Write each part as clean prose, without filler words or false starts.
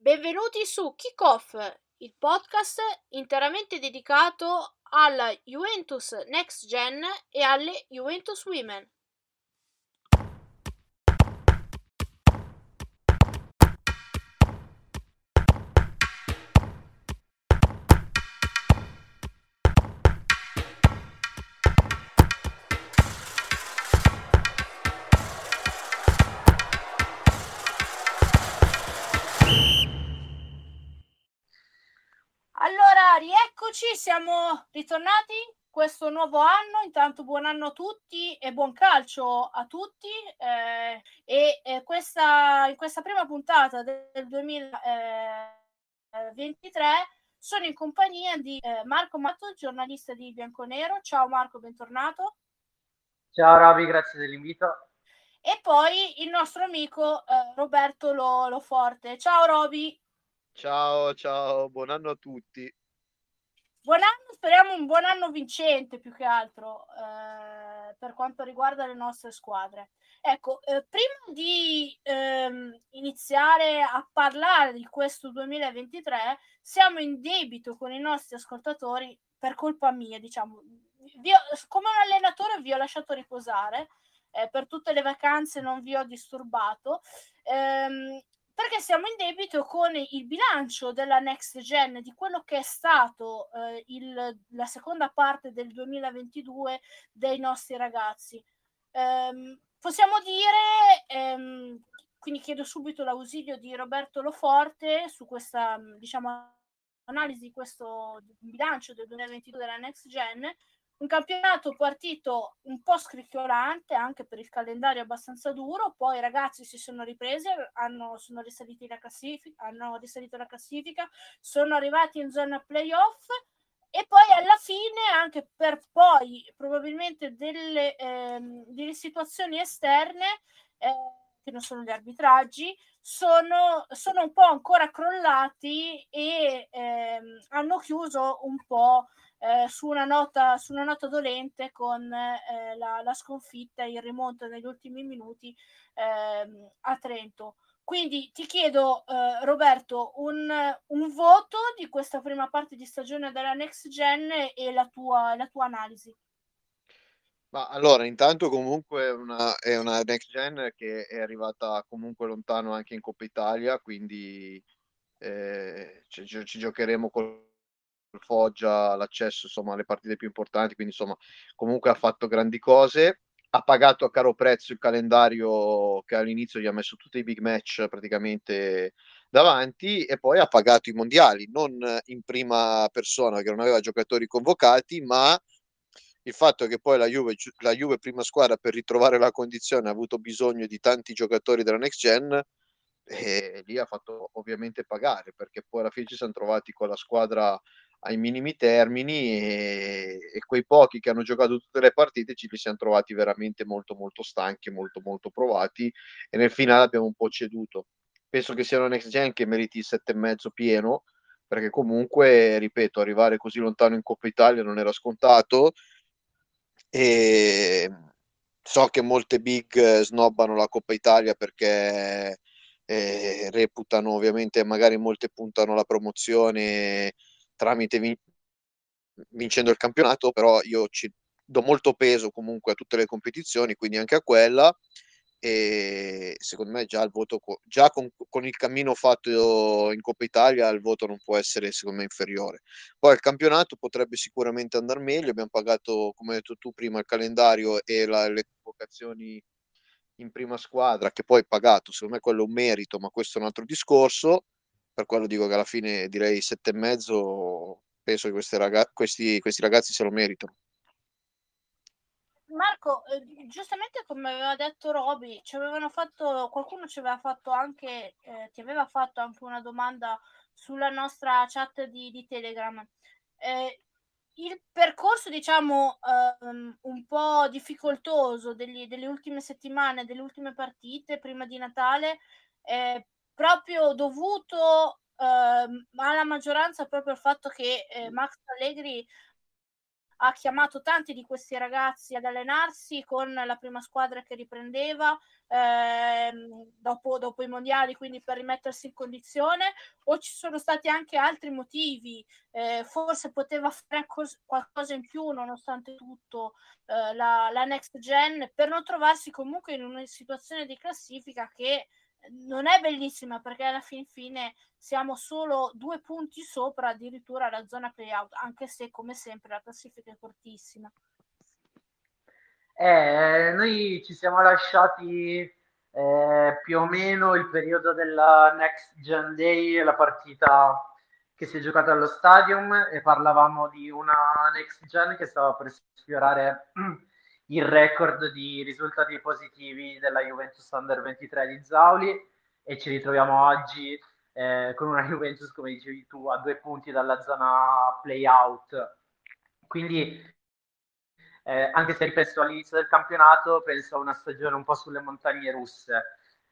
Benvenuti su Kickoff, il podcast interamente dedicato alla Juventus Next Gen e alle Juventus Women. Allora, rieccoci, siamo ritornati questo nuovo anno. Intanto buon anno a tutti e buon calcio a tutti. In questa prima puntata del 2023 sono in compagnia di Marco Matto, giornalista di Bianconero. Ciao Marco, bentornato. Ciao Ravi, grazie dell'invito. E poi il nostro amico Roberto Loforte. Ciao Roby. Ciao, buon anno a tutti. Buon anno, speriamo un buon anno vincente più che altro per quanto riguarda le nostre squadre. Ecco, prima di iniziare a parlare di questo 2023, siamo in debito con i nostri ascoltatori per colpa mia, diciamo. Come un allenatore vi ho lasciato riposare, per tutte le vacanze non vi ho disturbato. Perché siamo in debito con il bilancio della Next Gen, di quello che è stato la seconda parte del 2022 dei nostri ragazzi. Possiamo dire, quindi chiedo subito l'ausilio di Roberto Loforte su questa, diciamo, analisi di questo bilancio del 2022 della Next Gen. Un campionato partito un po' scricchiolante anche per il calendario abbastanza duro, poi i ragazzi si sono ripresi, hanno risalito la classifica, sono arrivati in zona playoff e poi alla fine, anche per poi probabilmente delle situazioni esterne, che non sono gli arbitraggi, sono un po' ancora crollati e hanno chiuso un po' su una nota dolente con la sconfitta, il rimonto negli ultimi minuti a Trento. Quindi ti chiedo, Roberto, un voto di questa prima parte di stagione della Next Gen e la tua analisi. Ma allora, intanto comunque è una next gen che è arrivata comunque lontano anche in Coppa Italia, quindi ci giocheremo col Foggia l'accesso insomma alle partite più importanti, quindi insomma comunque ha fatto grandi cose, ha pagato a caro prezzo il calendario che all'inizio gli ha messo tutti i big match praticamente davanti e poi ha pagato i mondiali, non in prima persona perché non aveva giocatori convocati, ma il fatto che poi la Juve prima squadra per ritrovare la condizione ha avuto bisogno di tanti giocatori della next gen e lì ha fatto ovviamente pagare perché poi alla fine ci siamo trovati con la squadra ai minimi termini e quei pochi che hanno giocato tutte le partite ci li siamo trovati veramente molto molto stanchi, molto molto provati e nel finale abbiamo un po' ceduto. Penso che sia una next gen che meriti il 7,5 pieno perché comunque, ripeto, arrivare così lontano in Coppa Italia non era scontato e so che molte big snobbano la Coppa Italia perché reputano ovviamente, magari molte puntano la promozione tramite vincendo il campionato, però io ci do molto peso comunque a tutte le competizioni, quindi anche a quella e secondo me già il voto già con il cammino fatto in Coppa Italia il voto non può essere secondo me inferiore. Poi il campionato potrebbe sicuramente andare meglio, abbiamo pagato come hai detto tu prima il calendario e le convocazioni in prima squadra che poi pagato, secondo me quello è un merito, ma questo è un altro discorso, per quello dico che alla fine direi 7,5, penso che questi ragazzi se lo meritano. Marco, giustamente come aveva detto Roby, qualcuno ci aveva fatto anche, ti aveva fatto anche una domanda sulla nostra chat di Telegram. Il percorso, diciamo, un po' difficoltoso delle ultime settimane, delle ultime partite prima di Natale, è proprio dovuto alla maggioranza proprio al fatto che Max Allegri ha chiamato tanti di questi ragazzi ad allenarsi con la prima squadra che riprendeva dopo i mondiali, quindi per rimettersi in condizione, o ci sono stati anche altri motivi? Forse poteva fare qualcosa in più nonostante tutto la next gen, per non trovarsi comunque in una situazione di classifica che non è bellissima, perché alla fine siamo solo 2 punti sopra addirittura la zona playout, anche se come sempre la classifica è cortissima. Noi ci siamo lasciati più o meno il periodo della Next Gen Day, la partita che si è giocata allo Stadium, e parlavamo di una Next Gen che stava per sfiorare il record di risultati positivi della Juventus Under 23 di Zauli, e ci ritroviamo oggi con una Juventus, come dicevi tu, a 2 punti dalla zona play-out. Quindi anche se ripenso all'inizio del campionato, penso a una stagione un po' sulle montagne russe.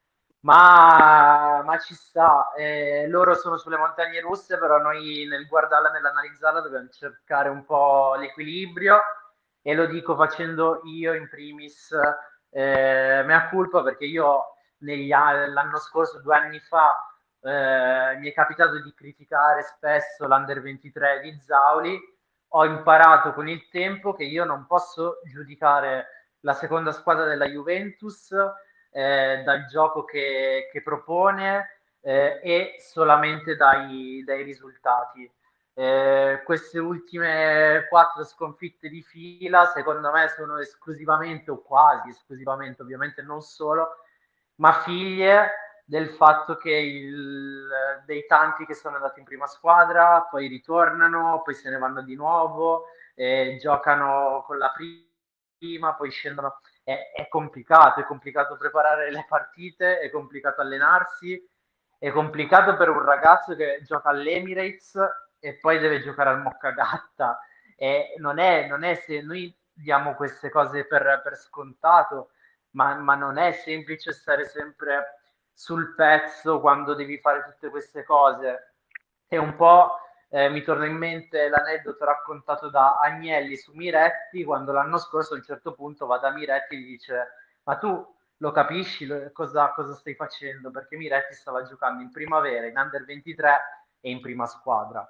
Ma ci sta, loro sono sulle montagne russe, però noi nel guardarla, nell'analizzarla, dobbiamo cercare un po' l'equilibrio, e lo dico facendo io in primis mea culpa, perché io l'anno scorso, 2 anni fa, mi è capitato di criticare spesso l'Under 23 di Zauli. Ho imparato con il tempo che io non posso giudicare la seconda squadra della Juventus dal gioco che propone e solamente dai risultati. Queste ultime 4 sconfitte di fila, secondo me, sono esclusivamente, o quasi esclusivamente, ovviamente non solo, ma figlie del fatto che dei tanti che sono andati in prima squadra poi ritornano, poi se ne vanno di nuovo, giocano con la prima, poi scendono. È complicato preparare le partite, è complicato allenarsi, è complicato per un ragazzo che gioca all'Emirates e poi deve giocare al Moccagatta. E non è se noi diamo queste cose per scontato, ma non è semplice stare sempre sul pezzo quando devi fare tutte queste cose. È un po', mi torna in mente l'aneddoto raccontato da Agnelli su Miretti, quando l'anno scorso a un certo punto va da Miretti e gli dice: ma tu lo capisci cosa stai facendo? Perché Miretti stava giocando in primavera, in Under 23 e in prima squadra.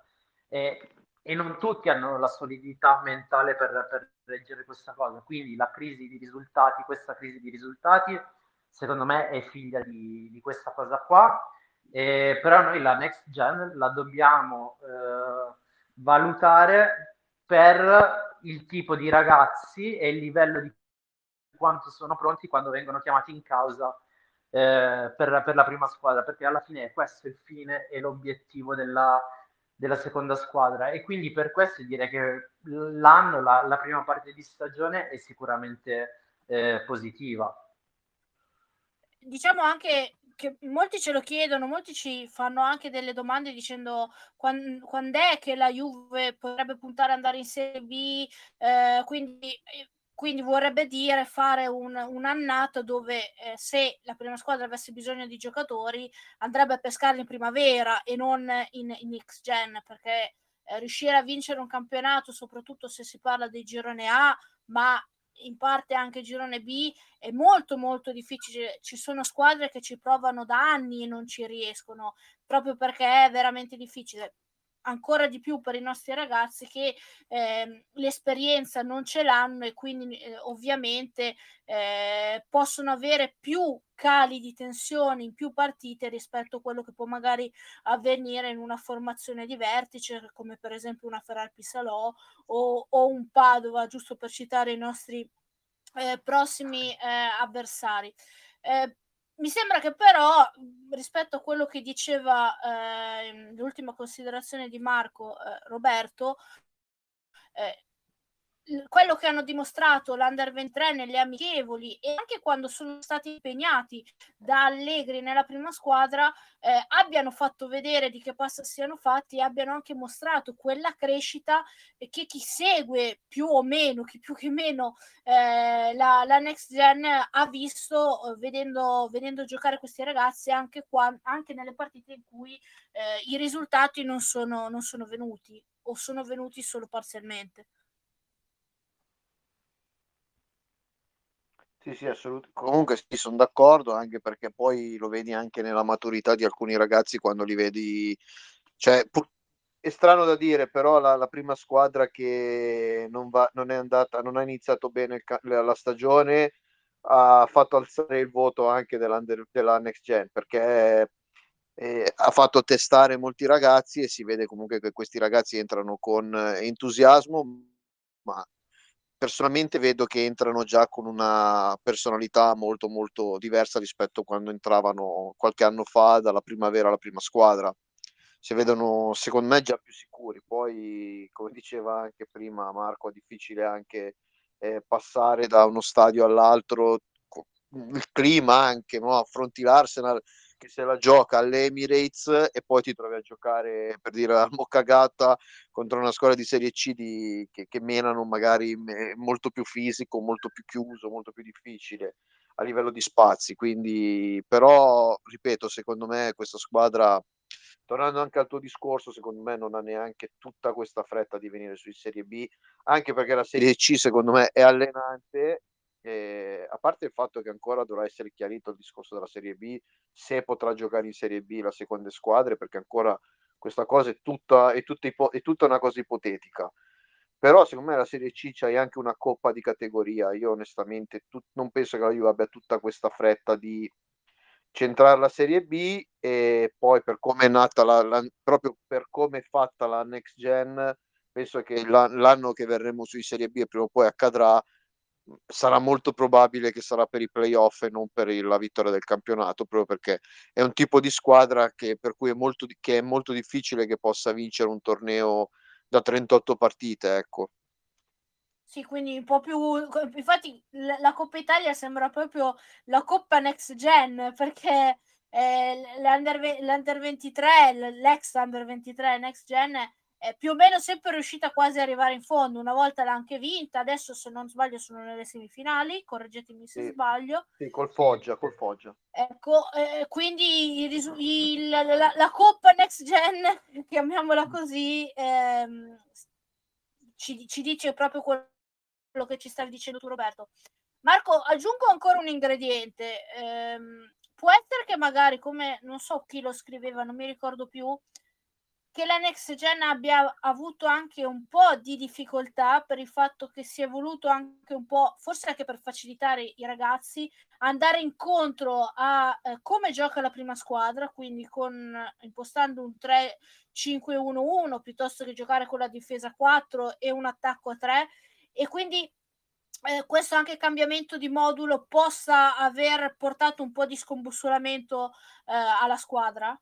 E non tutti hanno la solidità mentale per reggere questa cosa. Quindi la crisi di risultati, questa crisi di risultati, secondo me è figlia di questa cosa qua. Però noi la next gen la dobbiamo valutare per il tipo di ragazzi e il livello di quanto sono pronti quando vengono chiamati in causa per la prima squadra, perché alla fine è questo il fine e l'obiettivo della seconda squadra. E quindi per questo direi che l'anno, la prima parte di stagione è sicuramente positiva. Diciamo anche che molti ce lo chiedono, molti ci fanno anche delle domande dicendo quando è che la Juve potrebbe puntare ad andare in Serie B, quindi vorrebbe dire fare un'annata dove se la prima squadra avesse bisogno di giocatori andrebbe a pescarli in primavera e non in X-Gen, perché riuscire a vincere un campionato, soprattutto se si parla del girone A, ma in parte anche girone B, è molto molto difficile. Ci sono squadre che ci provano da anni e non ci riescono, proprio perché è veramente difficile. Ancora di più per i nostri ragazzi che l'esperienza non ce l'hanno e quindi ovviamente possono avere più cali di tensione in più partite rispetto a quello che può magari avvenire in una formazione di vertice come per esempio una Ferrari Salò o un Padova, giusto per citare i nostri prossimi avversari. Mi sembra che però rispetto a quello che diceva l'ultima considerazione di Marco, Roberto, quello che hanno dimostrato l'Under 23 nelle amichevoli e anche quando sono stati impegnati da Allegri nella prima squadra abbiano fatto vedere di che passa siano fatti e abbiano anche mostrato quella crescita che chi segue più o meno, chi più che meno la Next Gen ha visto vedendo giocare questi ragazzi anche nelle partite in cui i risultati non sono venuti o sono venuti solo parzialmente. Sì, assolutamente. Comunque sì, sono d'accordo, anche perché poi lo vedi anche nella maturità di alcuni ragazzi quando li vedi. Cioè, è strano da dire, però la prima squadra che non è andata, non ha iniziato bene la stagione ha fatto alzare il voto anche della Next Gen, perché ha fatto testare molti ragazzi e si vede comunque che questi ragazzi entrano con entusiasmo, ma personalmente vedo che entrano già con una personalità molto molto diversa rispetto a quando entravano qualche anno fa dalla primavera alla prima squadra. Si vedono, secondo me, già più sicuri. Poi, come diceva anche prima Marco, è difficile anche passare da uno stadio all'altro, il clima anche, no? Affronti l'Arsenal che se la gioca all'Emirates e poi ti trovi a giocare, per dire, al Moccagata contro una squadra di Serie C che menano magari molto più fisico, molto più chiuso, molto più difficile a livello di spazi. Quindi, però, ripeto, secondo me questa squadra, tornando anche al tuo discorso, secondo me non ha neanche tutta questa fretta di venire su in Serie B, anche perché la Serie C secondo me è allenante. A parte il fatto che ancora dovrà essere chiarito il discorso della Serie B, se potrà giocare in Serie B la seconda squadra, perché ancora questa cosa è tutta una cosa ipotetica. Però secondo me la Serie C c'hai anche una coppa di categoria. Io onestamente non penso che la Juve abbia tutta questa fretta di centrare la Serie B, e poi per come è nata proprio per come è fatta la Next Gen, penso che l'anno che verremo su in Serie B e prima o poi accadrà, sarà molto probabile che sarà per i playoff e non per la vittoria del campionato, proprio perché è un tipo di squadra per cui che è molto difficile che possa vincere un torneo da 38 partite, ecco. Sì, quindi un po' più. Infatti, la Coppa Italia sembra proprio la Coppa Next Gen, perché l'Under 23, l'ex Under 23 Next Gen è più o meno sempre riuscita quasi ad arrivare in fondo. Una volta l'ha anche vinta, adesso se non sbaglio sono nelle semifinali, correggetemi se Sì, sbaglio. sì, col Foggia. Ecco, quindi la Coppa Next Gen, chiamiamola così, ci dice proprio quello che ci stavi dicendo tu, Roberto. Marco, aggiungo ancora un ingrediente. Può essere che magari, come non so chi lo scriveva, non mi ricordo più, che la Next Gen abbia avuto anche un po' di difficoltà per il fatto che si è voluto anche un po', forse anche per facilitare i ragazzi, andare incontro a come gioca la prima squadra, quindi impostando un 3-5-1-1 piuttosto che giocare con la difesa a 4 e un attacco a 3, e quindi questo anche cambiamento di modulo possa aver portato un po' di scombussolamento alla squadra?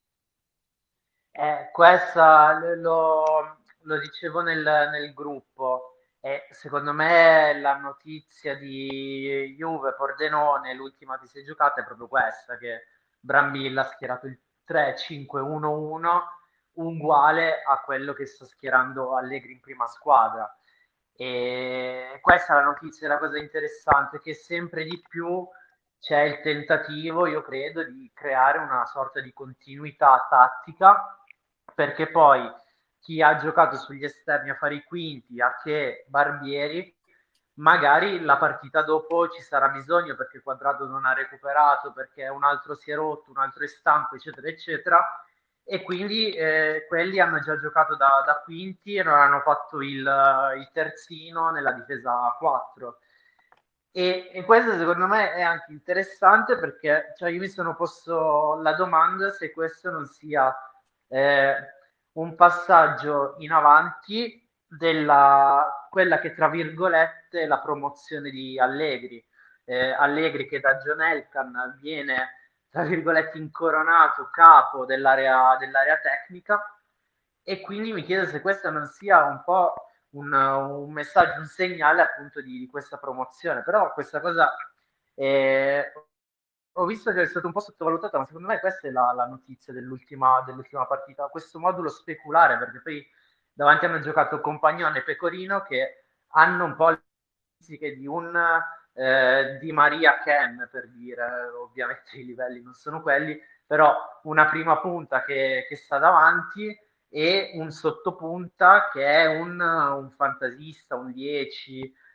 Questa lo dicevo nel gruppo, e secondo me la notizia di Juve Pordenone, l'ultima che si è giocata, è proprio questa, che Brambilla ha schierato il 3-5-1-1 uguale a quello che sta schierando Allegri in prima squadra. E questa è la notizia, la cosa interessante, che sempre di più c'è il tentativo, io credo, di creare una sorta di continuità tattica, perché poi chi ha giocato sugli esterni a fare i quinti, a che Barbieri, magari la partita dopo ci sarà bisogno perché Quadrato non ha recuperato, perché un altro si è rotto, un altro è stanco, eccetera, eccetera. E quindi quelli hanno già giocato da quinti e non hanno fatto il terzino nella difesa a 4. E questo secondo me è anche interessante, perché cioè, io mi sono posto la domanda se questo non sia eh, un passaggio in avanti della quella che tra virgolette è la promozione di Allegri. Allegri che da John Elkann viene tra virgolette incoronato capo dell'area tecnica, e quindi mi chiedo se questo non sia un po' un messaggio, un segnale appunto di questa promozione. Però questa cosa eh, ho visto che è stata un po' sottovalutata, ma secondo me questa è la notizia dell'ultima partita, questo modulo speculare, perché poi davanti hanno giocato Compagnone e Pecorino, che hanno un po' le fisiche di un Di Maria Ken, per dire, ovviamente i livelli non sono quelli, però una prima punta che sta davanti e un sottopunta che è un fantasista, un 10,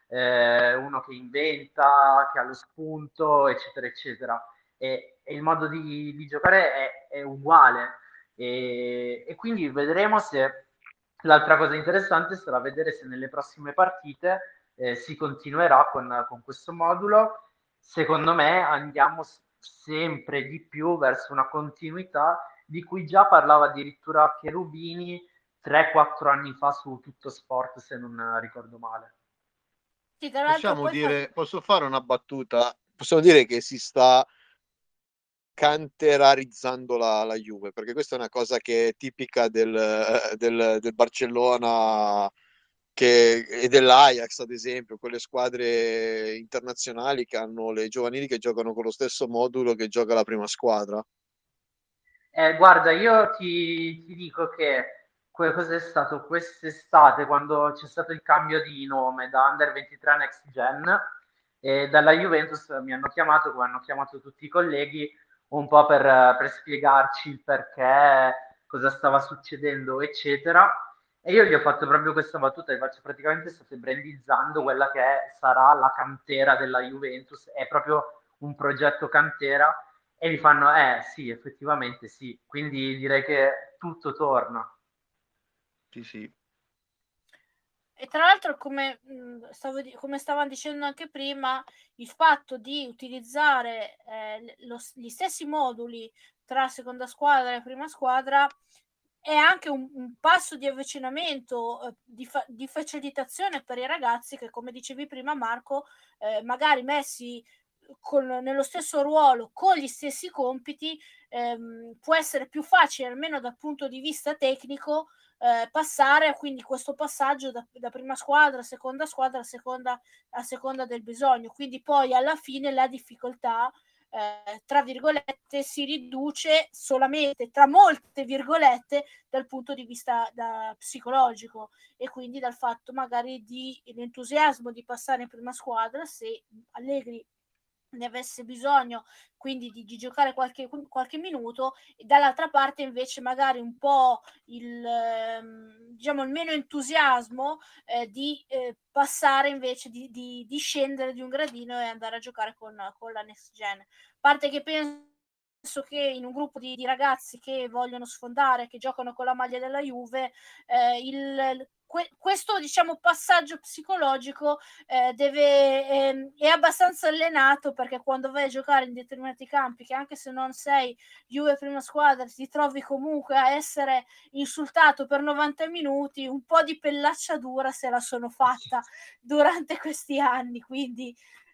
uno che inventa, che ha lo spunto, eccetera, eccetera. E il modo di giocare è uguale. E quindi vedremo se l'altra cosa interessante sarà vedere se nelle prossime partite si continuerà con questo modulo. Secondo me andiamo sempre di più verso una continuità di cui già parlava addirittura Cherubini 3-4 anni fa su Tutto Sport, se non ricordo male. Sì, tra l'altro poi Posso fare una battuta? Possiamo dire che si sta canterarizzando la Juve, perché questa è una cosa che è tipica del Barcellona e dell'Ajax, ad esempio, quelle squadre internazionali che hanno le giovanili che giocano con lo stesso modulo che gioca la prima squadra. Guarda, io ti dico che cos'è stato quest'estate quando c'è stato il cambio di nome da Under 23 a Next Gen e dalla Juventus mi hanno chiamato, come hanno chiamato tutti i colleghi, un po' per spiegarci il perché, cosa stava succedendo, eccetera. E io gli ho fatto proprio questa battuta, gli faccio praticamente state brandizzando quella che sarà la cantera della Juventus, è proprio un progetto cantera e mi fanno, sì, effettivamente sì. Quindi direi che tutto torna. Sì, sì. E tra l'altro, come stavano dicendo anche prima, il fatto di utilizzare gli stessi moduli tra seconda squadra e prima squadra è anche un passo di avvicinamento, di facilitazione per i ragazzi che, come dicevi prima Marco, magari messi nello stesso ruolo, con gli stessi compiti, può essere più facile, almeno dal punto di vista tecnico, passare, quindi questo passaggio da prima squadra a seconda del bisogno. Quindi poi alla fine la difficoltà, tra virgolette, si riduce solamente, tra molte virgolette, dal punto di vista psicologico, e quindi dal fatto magari l'entusiasmo di passare in prima squadra, se Allegri ne avesse bisogno, quindi di giocare qualche minuto, e dall'altra parte invece magari un po' diciamo il meno entusiasmo di passare invece di scendere di un gradino e andare a giocare con la next gen. A parte che penso che in un gruppo di ragazzi che vogliono sfondare, che giocano con la maglia della Juve, questo diciamo passaggio psicologico è abbastanza allenato, perché quando vai a giocare in determinati campi, che anche se non sei Juve prima squadra, ti trovi comunque a essere insultato per 90 minuti, un po' di pellaccia dura se la sono fatta durante questi anni, quindi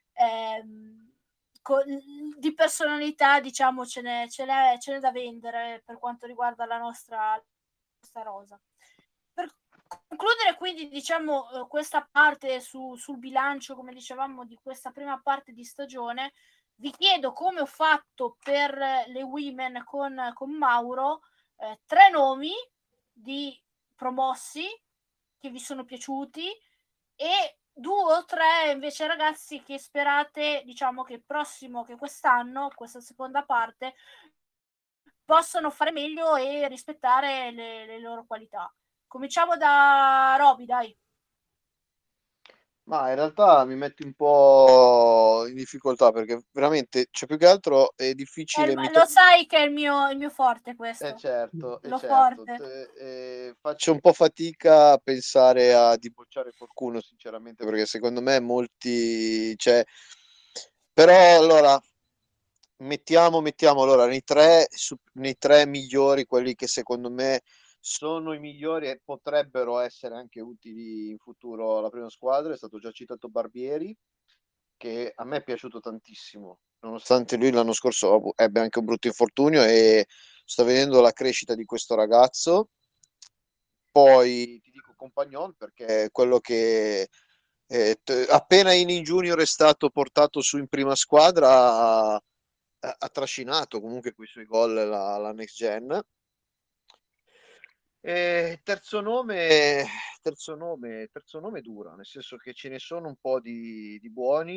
di personalità diciamo ce n'è da vendere per quanto riguarda la nostra rosa. Per concludere quindi diciamo questa parte sul bilancio, come dicevamo, di questa prima parte di stagione, vi chiedo, come ho fatto per le women con Mauro, 3 nomi di promossi che vi sono piaciuti e 2 o 3 invece ragazzi che sperate, diciamo, che quest'anno, questa seconda parte, possano fare meglio e rispettare le loro qualità. Cominciamo da Roby, dai. Ma in realtà mi metti un po' in difficoltà perché veramente, cioè più che altro è difficile. Lo sai che è il mio forte questo. Certo, Lo certo. forte. Faccio un po' fatica a pensare di bocciare qualcuno, sinceramente, perché secondo me molti, cioè, però allora mettiamo allora nei tre migliori, quelli che secondo me sono i migliori e potrebbero essere anche utili in futuro alla prima squadra. È stato già citato Barbieri, che a me è piaciuto tantissimo, nonostante lui l'anno scorso ebbe anche un brutto infortunio, e sto vedendo la crescita di questo ragazzo. Poi ti dico Compagnon, perché è quello che appena in junior è stato portato su in prima squadra ha trascinato comunque con i suoi gol la next gen. E terzo nome dura, nel senso che ce ne sono un po' di buoni.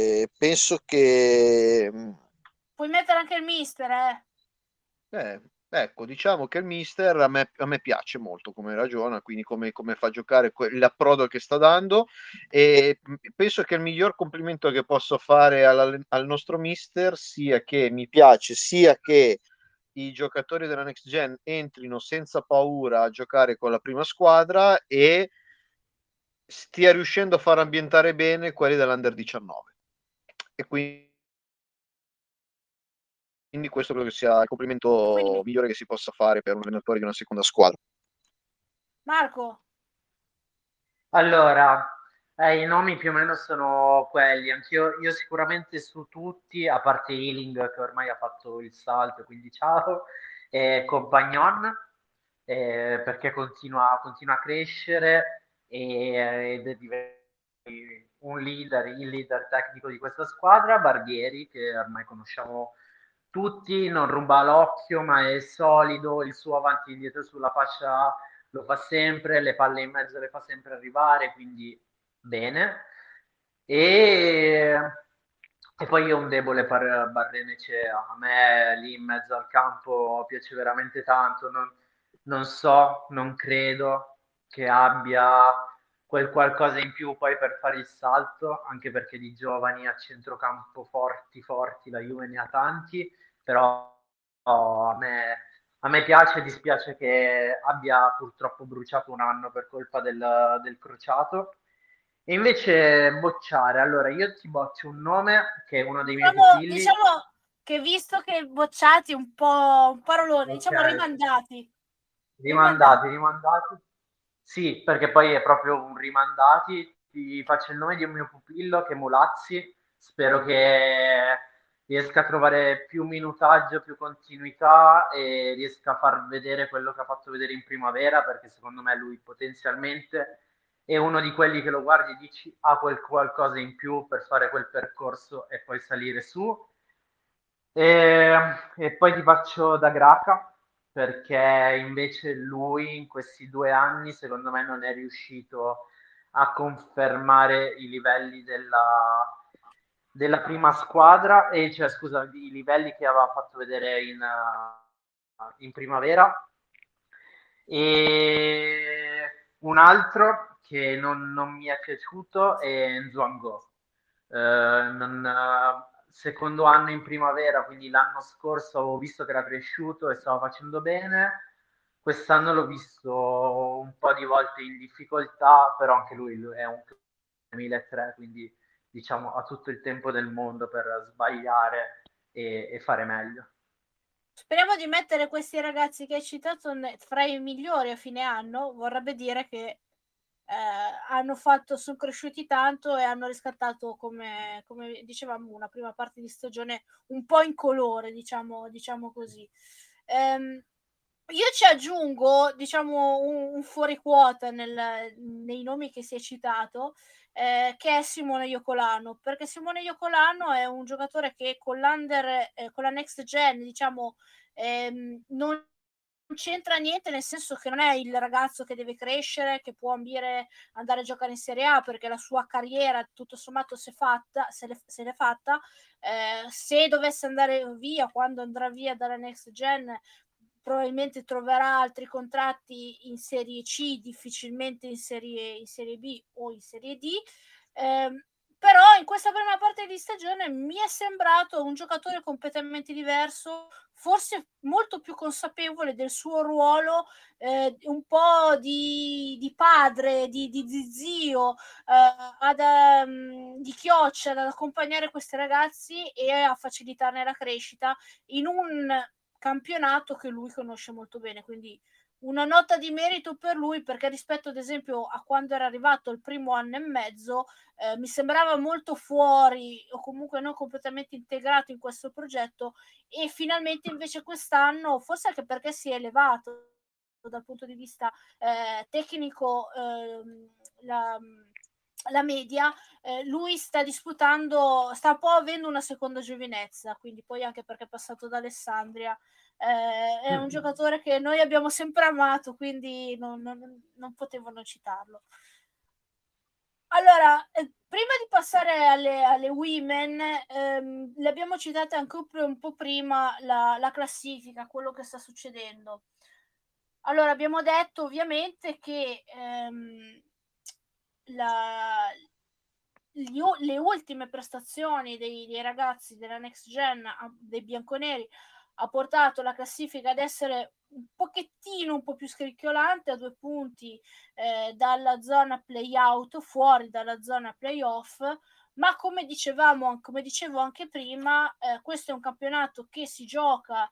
Penso che Puoi mettere anche il mister, Ecco, diciamo che il mister a me piace molto come ragiona, quindi come fa a giocare, l'approdo che sta dando, e penso che il miglior complimento che posso fare al nostro mister sia che mi piace sia che i giocatori della Next Gen entrino senza paura a giocare con la prima squadra e stia riuscendo a far ambientare bene quelli dell'Under 19. E quindi questo credo che sia il complimento Quindi, migliore che si possa fare per un allenatore di una seconda squadra. Marco, Allora, i nomi più o meno sono quelli. Io sicuramente su tutti, a parte Ealing che ormai ha fatto il salto, quindi ciao, e Compagnon, perché continua a crescere ed è diventato il leader tecnico di questa squadra. Barbieri, che ormai conosciamo tutti, non ruba l'occhio, ma è solido, il suo avanti e indietro sulla fascia lo fa sempre, le palle in mezzo le fa sempre arrivare, quindi bene. E, e poi io ho un debole per Barrenecea, a me lì in mezzo al campo piace veramente tanto, non so, non credo che abbia quel qualcosa in più poi per fare il salto, anche perché di giovani a centrocampo forti, la Juve ne ha tanti, però a me piace, dispiace che abbia purtroppo bruciato un anno per colpa del crociato. E invece bocciare, allora io ti boccio un nome che è uno dei miei pupilli. diciamo che visto che bocciati un po' un parolone, Ok, diciamo rimandati. rimandati. Sì, perché poi è proprio un rimandati. Ti faccio il nome di un mio pupillo che è Mulazzi. Spero che riesca a trovare più minutaggio, più continuità e riesca a far vedere quello che ha fatto vedere in primavera, perché secondo me lui potenzialmente è uno di quelli che lo guardi e dici ha quel qualcosa in più per fare quel percorso e poi salire su. E poi ti faccio da Graca, perché invece lui in questi 2 anni secondo me non è riuscito a confermare i livelli della prima squadra, e cioè scusa, i livelli che aveva fatto vedere in primavera. E un altro che non mi è piaciuto è Nzongo. Secondo anno in primavera, quindi l'anno scorso avevo visto che era cresciuto e stava facendo bene. Quest'anno l'ho visto un po' di volte in difficoltà, però anche lui è un 2003, quindi diciamo ha tutto il tempo del mondo per sbagliare e fare meglio. Speriamo di mettere questi ragazzi che hai citato fra i migliori a fine anno, vorrebbe dire che sono cresciuti tanto e hanno riscattato, come dicevamo, una prima parte di stagione un po' in colore, diciamo così. Io ci aggiungo, diciamo, un fuori quota nei nomi che si è citato, che è Simone Iocolano, perché Simone Iocolano è un giocatore che con la Next Gen, diciamo, non c'entra niente, nel senso che non è il ragazzo che deve crescere, che può ambire andare a giocare in Serie A, perché la sua carriera tutto sommato se l'è fatta. Se dovesse andare via, quando andrà via dalla Next Gen, probabilmente troverà altri contratti in Serie C, difficilmente in serie B o in Serie D. Però in questa prima parte di stagione mi è sembrato un giocatore completamente diverso, forse molto più consapevole del suo ruolo, un po' di padre, di zio, di chioccia ad accompagnare questi ragazzi e a facilitarne la crescita in un campionato che lui conosce molto bene, quindi una nota di merito per lui, perché rispetto ad esempio a quando era arrivato il primo anno e mezzo, mi sembrava molto fuori o comunque non completamente integrato in questo progetto, e finalmente invece quest'anno, forse anche perché si è elevato dal punto di vista tecnico, la media, lui sta un po' avendo una seconda giovinezza, quindi poi anche perché è passato da Alessandria. È un giocatore che noi abbiamo sempre amato, quindi non potevo non citarlo. Allora, prima di passare alle women, le abbiamo citate anche un po' prima la classifica, quello che sta succedendo. Allora, abbiamo detto ovviamente che le ultime prestazioni dei ragazzi della Next Gen, dei bianconeri, ha portato la classifica ad essere un pochettino un po' più scricchiolante, a 2 punti dalla zona play-out, fuori dalla zona play-off, ma come dicevo anche prima, questo è un campionato che si gioca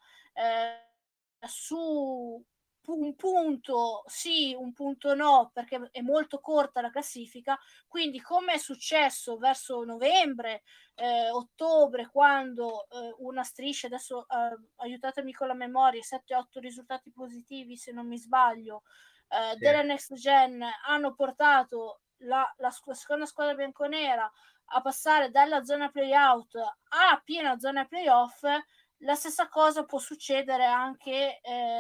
su un punto sì, un punto no, perché è molto corta la classifica, quindi come è successo verso novembre, ottobre, quando una striscia, adesso aiutatemi con la memoria, 7-8 risultati positivi se non mi sbaglio, della Next Gen hanno portato la seconda squadra bianconera a passare dalla zona play-out a piena zona play-off. La stessa cosa può succedere anche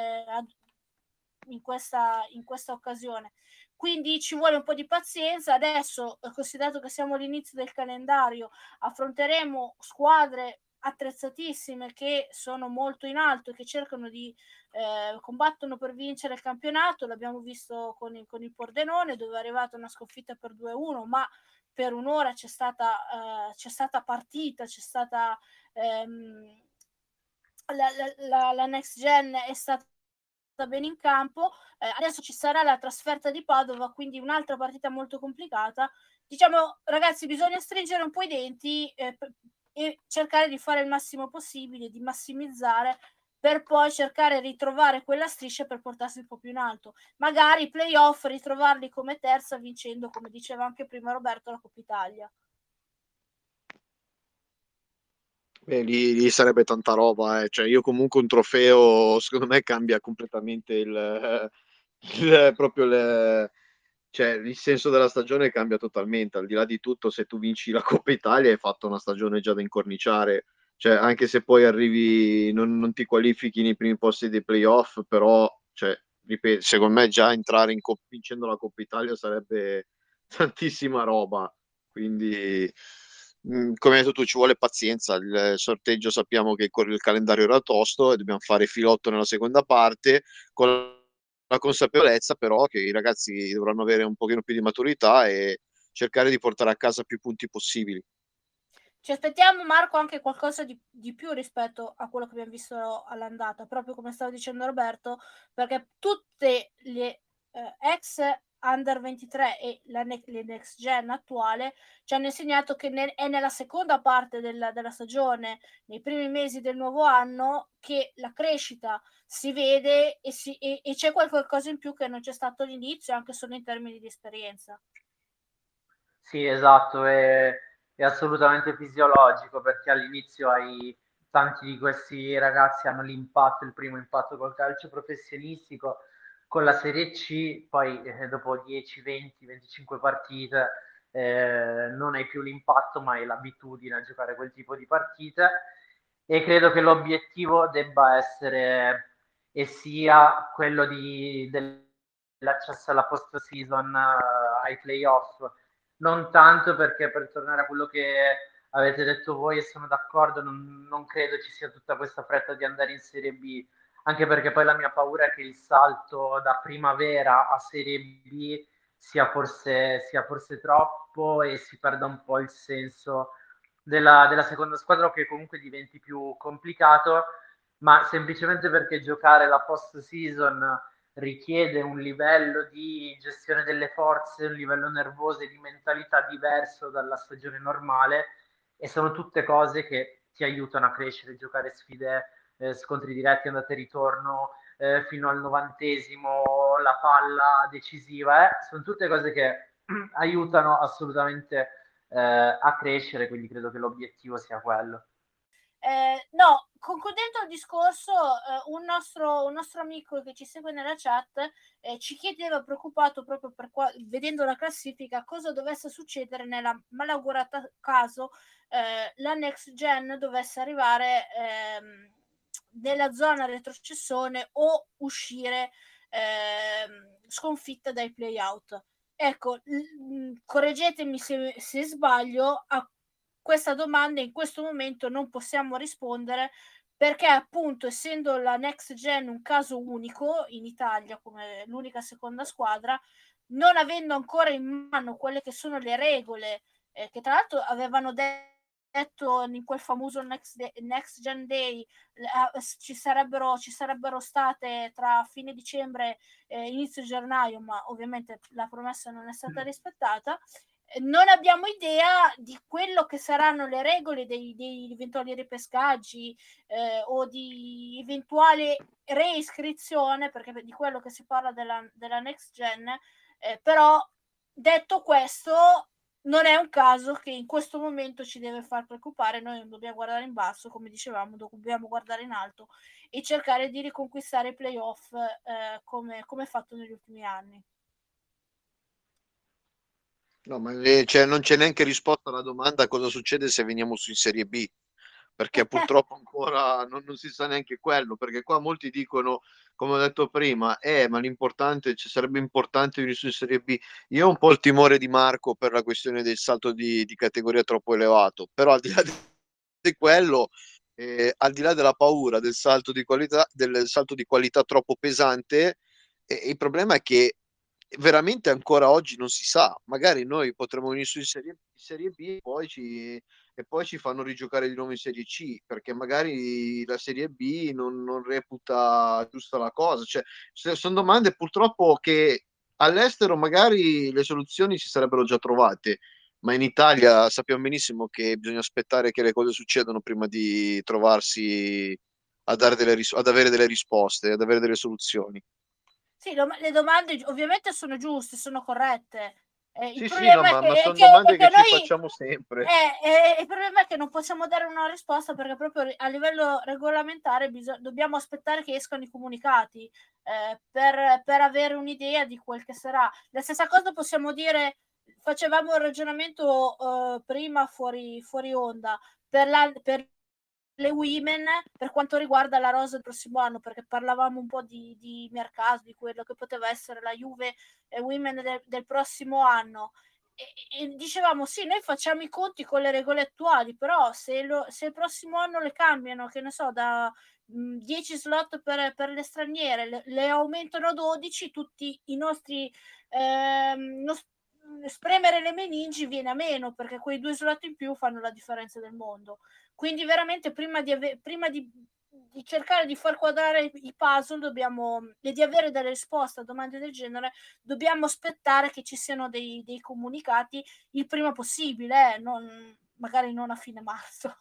in questa occasione. Quindi ci vuole un po' di pazienza. Adesso, considerato che siamo all'inizio del calendario, affronteremo squadre attrezzatissime che sono molto in alto e che cercano di combattono per vincere il campionato. L'abbiamo visto con il Pordenone, dove è arrivata una sconfitta per 2-1, ma per un'ora c'è stata partita, c'è stata la Next Gen è stata bene in campo. Adesso ci sarà la trasferta di Padova, quindi un'altra partita molto complicata. Diciamo, ragazzi, bisogna stringere un po' i denti e cercare di fare il massimo possibile, di massimizzare, per poi cercare di ritrovare quella striscia per portarsi un po' più in alto. Magari playoff, ritrovarli come terza, vincendo, come diceva anche prima Roberto, la Coppa Italia. Lì sarebbe tanta roba, Cioè, io comunque un trofeo, secondo me, cambia completamente cioè, il senso della stagione cambia totalmente. Al di là di tutto, se tu vinci la Coppa Italia hai fatto una stagione già da incorniciare. Cioè, anche se poi arrivi, non ti qualifichi nei primi posti dei playoff, però, cioè, ripeto, secondo me già entrare vincendo la Coppa Italia sarebbe tantissima roba. Quindi, come hai detto tu, ci vuole pazienza. Il sorteggio sappiamo che il calendario era tosto e dobbiamo fare filotto nella seconda parte, con la consapevolezza però che i ragazzi dovranno avere un pochino più di maturità e cercare di portare a casa più punti possibili. Ci aspettiamo, Marco, anche qualcosa di più rispetto a quello che abbiamo visto all'andata, proprio come stava dicendo Roberto, perché tutte le ex Under 23 e le Next Gen attuale ci hanno insegnato che è nella seconda parte della stagione, nei primi mesi del nuovo anno, che la crescita si vede e c'è qualcosa in più che non c'è stato all'inizio, anche solo in termini di esperienza. Sì, esatto, è assolutamente fisiologico, perché all'inizio tanti di questi ragazzi hanno il primo impatto col calcio professionistico, con la Serie C, poi dopo 10, 20, 25 partite non hai più l'impatto, ma hai l'abitudine a giocare quel tipo di partite, e credo che l'obiettivo debba essere e sia quello dell'accesso alla post season, ai playoff. Non tanto perché, per tornare a quello che avete detto voi, e sono d'accordo, non credo ci sia tutta questa fretta di andare in Serie B, anche perché poi la mia paura è che il salto da primavera a Serie B sia forse troppo e si perda un po' il senso della seconda squadra, o che comunque diventi più complicato, ma semplicemente perché giocare la post season richiede un livello di gestione delle forze, un livello nervoso e di mentalità diverso dalla stagione normale, e sono tutte cose che ti aiutano a crescere, giocare sfide, scontri diretti, andate e ritorno, fino al 90°, la palla decisiva, sono tutte cose che aiutano assolutamente a crescere, quindi credo che l'obiettivo sia quello. No, concludendo il discorso, un nostro amico che ci segue nella chat ci chiedeva, preoccupato proprio vedendo la classifica, cosa dovesse succedere nella malaugurata caso la Next Gen dovesse arrivare nella zona retrocessione o uscire sconfitta dai playout. Ecco, correggetemi se sbaglio, a questa domanda in questo momento non possiamo rispondere, perché appunto essendo la Next Gen un caso unico in Italia come l'unica seconda squadra, non avendo ancora in mano quelle che sono le regole, che tra l'altro avevano detto in quel famoso Next Gen Day, ci sarebbero state tra fine dicembre e inizio gennaio, ma ovviamente la promessa non è stata rispettata. Non abbiamo idea di quello che saranno le regole degli eventuali ripescaggi, o di eventuale reiscrizione, perché di quello che si parla della Next Gen, però detto questo non è un caso che in questo momento ci deve far preoccupare. Noi non dobbiamo guardare in basso, come dicevamo, dobbiamo guardare in alto e cercare di riconquistare i playoff, come fatto negli ultimi anni. No, ma cioè, non c'è neanche risposta alla domanda cosa succede se veniamo su in Serie B, perché purtroppo ancora non si sa neanche quello, perché qua molti dicono, come ho detto prima, ma l'importante, sarebbe importante venire su in Serie B. Io ho un po' il timore di Marco per la questione del salto di categoria troppo elevato, però al di là di quello, al di là della paura del salto di qualità troppo pesante, il problema è che veramente ancora oggi non si sa. Magari noi potremmo venire su in Serie B e poi ci fanno rigiocare di nuovo in Serie C, perché magari la Serie B non reputa giusta la cosa. Cioè, sono domande purtroppo che all'estero magari le soluzioni si sarebbero già trovate, ma in Italia sappiamo benissimo che bisogna aspettare che le cose succedano prima di trovarsi a dare ad avere delle risposte, ad avere delle soluzioni. Sì, le domande ovviamente sono giuste, sono corrette. Il Sì, sì, no, problema è ma sono è domande che che ci noi facciamo sempre. il problema è che non possiamo dare una risposta, perché proprio a livello regolamentare dobbiamo aspettare che escano i comunicati, per avere un'idea di quel che sarà. La stessa cosa possiamo dire, facevamo un ragionamento prima fuori onda per le women, per quanto riguarda la rosa del prossimo anno, perché parlavamo un po' di mercato, di quello che poteva essere la Juve women del prossimo anno. E dicevamo sì, noi facciamo i conti con le regole attuali, però se il prossimo anno le cambiano, che ne so, da 10 slot per le straniere, le aumentano a 12, tutti i nostri spremere le meningi viene a meno, perché quei 2 slot in più fanno la differenza del mondo. Quindi veramente prima di cercare di far quadrare i puzzle e di avere delle risposte a domande del genere, dobbiamo aspettare che ci siano dei comunicati il prima possibile, magari non a fine marzo.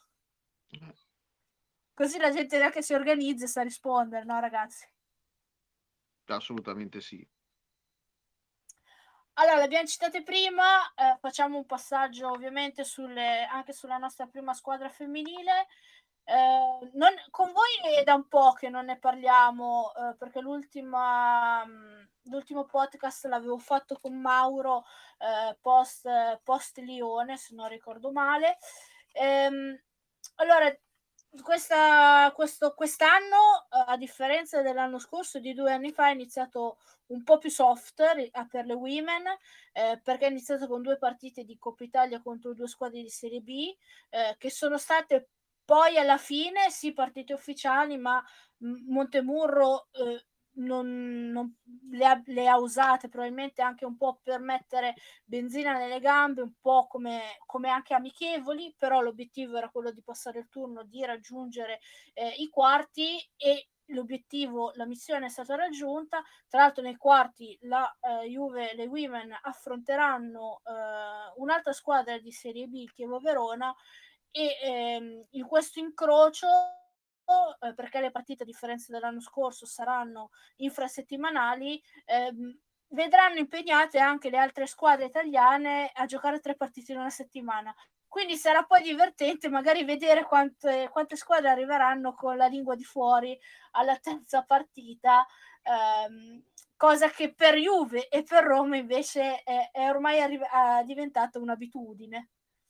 Così la gente neanche si organizza e sa rispondere, no ragazzi? Assolutamente sì. Allora, le abbiamo citate prima, facciamo un passaggio ovviamente anche sulla nostra prima squadra femminile. Con voi è da un po' che non ne parliamo, perché l'ultimo podcast l'avevo fatto con Mauro, post Lione, se non ricordo male. Allora, quest'anno, a differenza dell'anno scorso, di 2 anni fa, è iniziato un po' più soft per le women, perché è iniziato con 2 partite di Coppa Italia contro 2 squadre di Serie B, che sono state poi alla fine sì partite ufficiali, ma Montemurro non le ha usate probabilmente anche un po' per mettere benzina nelle gambe, un po' come anche amichevoli, però l'obiettivo era quello di passare il turno, di raggiungere i quarti, e la missione è stata raggiunta. Tra l'altro nei quarti la Juve, le women affronteranno un'altra squadra di Serie B, il Chievo Verona, e in questo incrocio, perché le partite a differenza dell'anno scorso saranno infrasettimanali, vedranno impegnate anche le altre squadre italiane a giocare 3 partite in una settimana. Quindi sarà poi divertente magari vedere quante squadre arriveranno con la lingua di fuori alla terza partita, cosa che per Juve e per Roma invece è ormai diventata un'abitudine.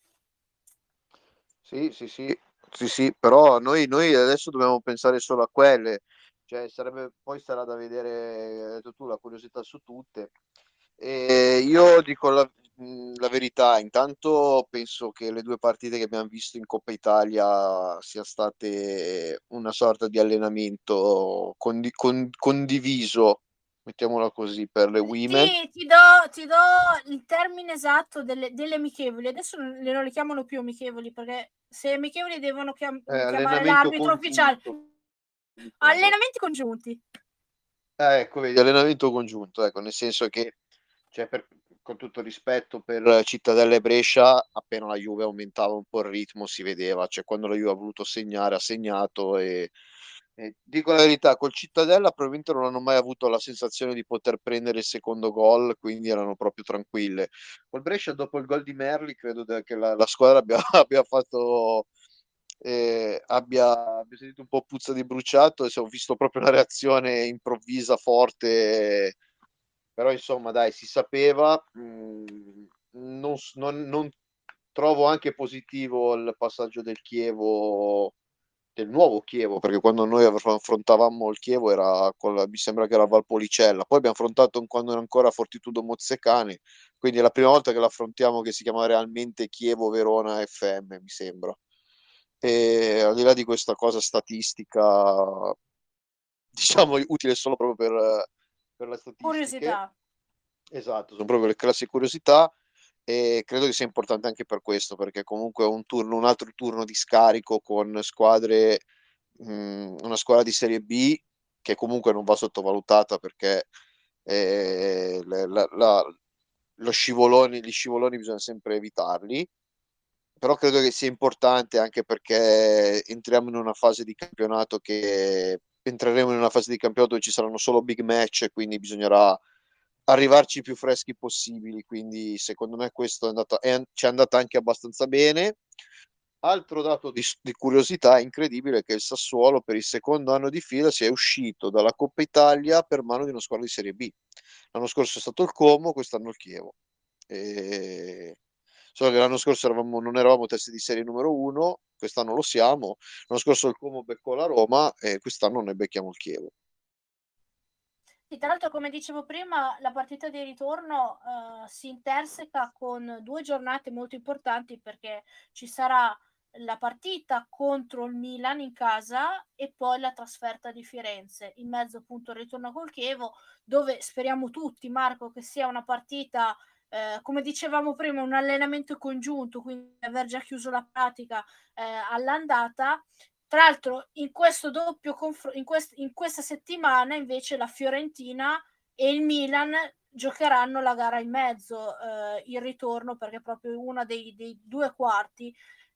Sì, sì, sì, sì, sì, però noi adesso dobbiamo pensare solo a quelle, cioè poi sarà da vedere, hai detto tu, la curiosità su tutte, Io dico la verità, intanto penso che le due partite che abbiamo visto in Coppa Italia siano state una sorta di allenamento condiviso, mettiamola così, per le women. Sì, ti do il termine esatto delle amichevoli. Adesso non le chiamano più amichevoli, perché se amichevoli devono chiamare Allenamento l'arbitro ufficiale. congiunto. Allenamenti congiunti. Ecco, vedi, allenamento congiunto, ecco, nel senso che, cioè, con tutto rispetto per Cittadella e Brescia, appena la Juve aumentava un po' il ritmo si vedeva, cioè quando la Juve ha voluto segnare ha segnato e dico la verità, col Cittadella probabilmente non hanno mai avuto la sensazione di poter prendere il secondo gol, quindi erano proprio tranquille. Col Brescia dopo il gol di Merli credo che la squadra abbia fatto abbia sentito un po' puzza di bruciato e ho visto proprio una reazione improvvisa, forte, però insomma dai, si sapeva. Non trovo anche positivo il passaggio del Chievo, del nuovo Chievo, perché quando noi affrontavamo il Chievo mi sembra che era Valpolicella, poi abbiamo affrontato quando era ancora Fortitudo Mozzecane, quindi è la prima volta che l'affrontiamo che si chiama realmente Chievo Verona FM, mi sembra. E al di là di questa cosa statistica, diciamo utile solo proprio per le statistiche, Curiosità. esatto, sono proprio le classiche curiosità e credo che sia importante anche per questo, perché comunque è un altro turno di scarico con squadre, una squadra di Serie B che comunque non va sottovalutata perché gli scivoloni bisogna sempre evitarli, però credo che sia importante anche perché entreremo in una fase di campionato dove ci saranno solo big match e quindi bisognerà arrivarci più freschi possibili, quindi secondo me questo ci è andata anche abbastanza bene. Altro dato di curiosità incredibile è che il Sassuolo per il secondo anno di fila si è uscito dalla Coppa Italia per mano di una squadra di Serie B. L'anno scorso è stato il Como, quest'anno il Chievo. E... Solo che l'anno scorso non eravamo testi di serie numero uno, quest'anno lo siamo. L'anno scorso il Como beccò la Roma e quest'anno ne becchiamo il Chievo. Sì, tra l'altro, come dicevo prima, la partita di ritorno si interseca con 2 giornate molto importanti, perché ci sarà la partita contro il Milan in casa e poi la trasferta di Firenze. In mezzo appunto il ritorno col Chievo, dove speriamo tutti, Marco, che sia una partita, come dicevamo prima, un allenamento congiunto, quindi aver già chiuso la pratica all'andata. Tra l'altro, in questo doppio in questa settimana invece la Fiorentina e il Milan giocheranno la gara in mezzo, il ritorno, perché proprio una dei 2 quarti,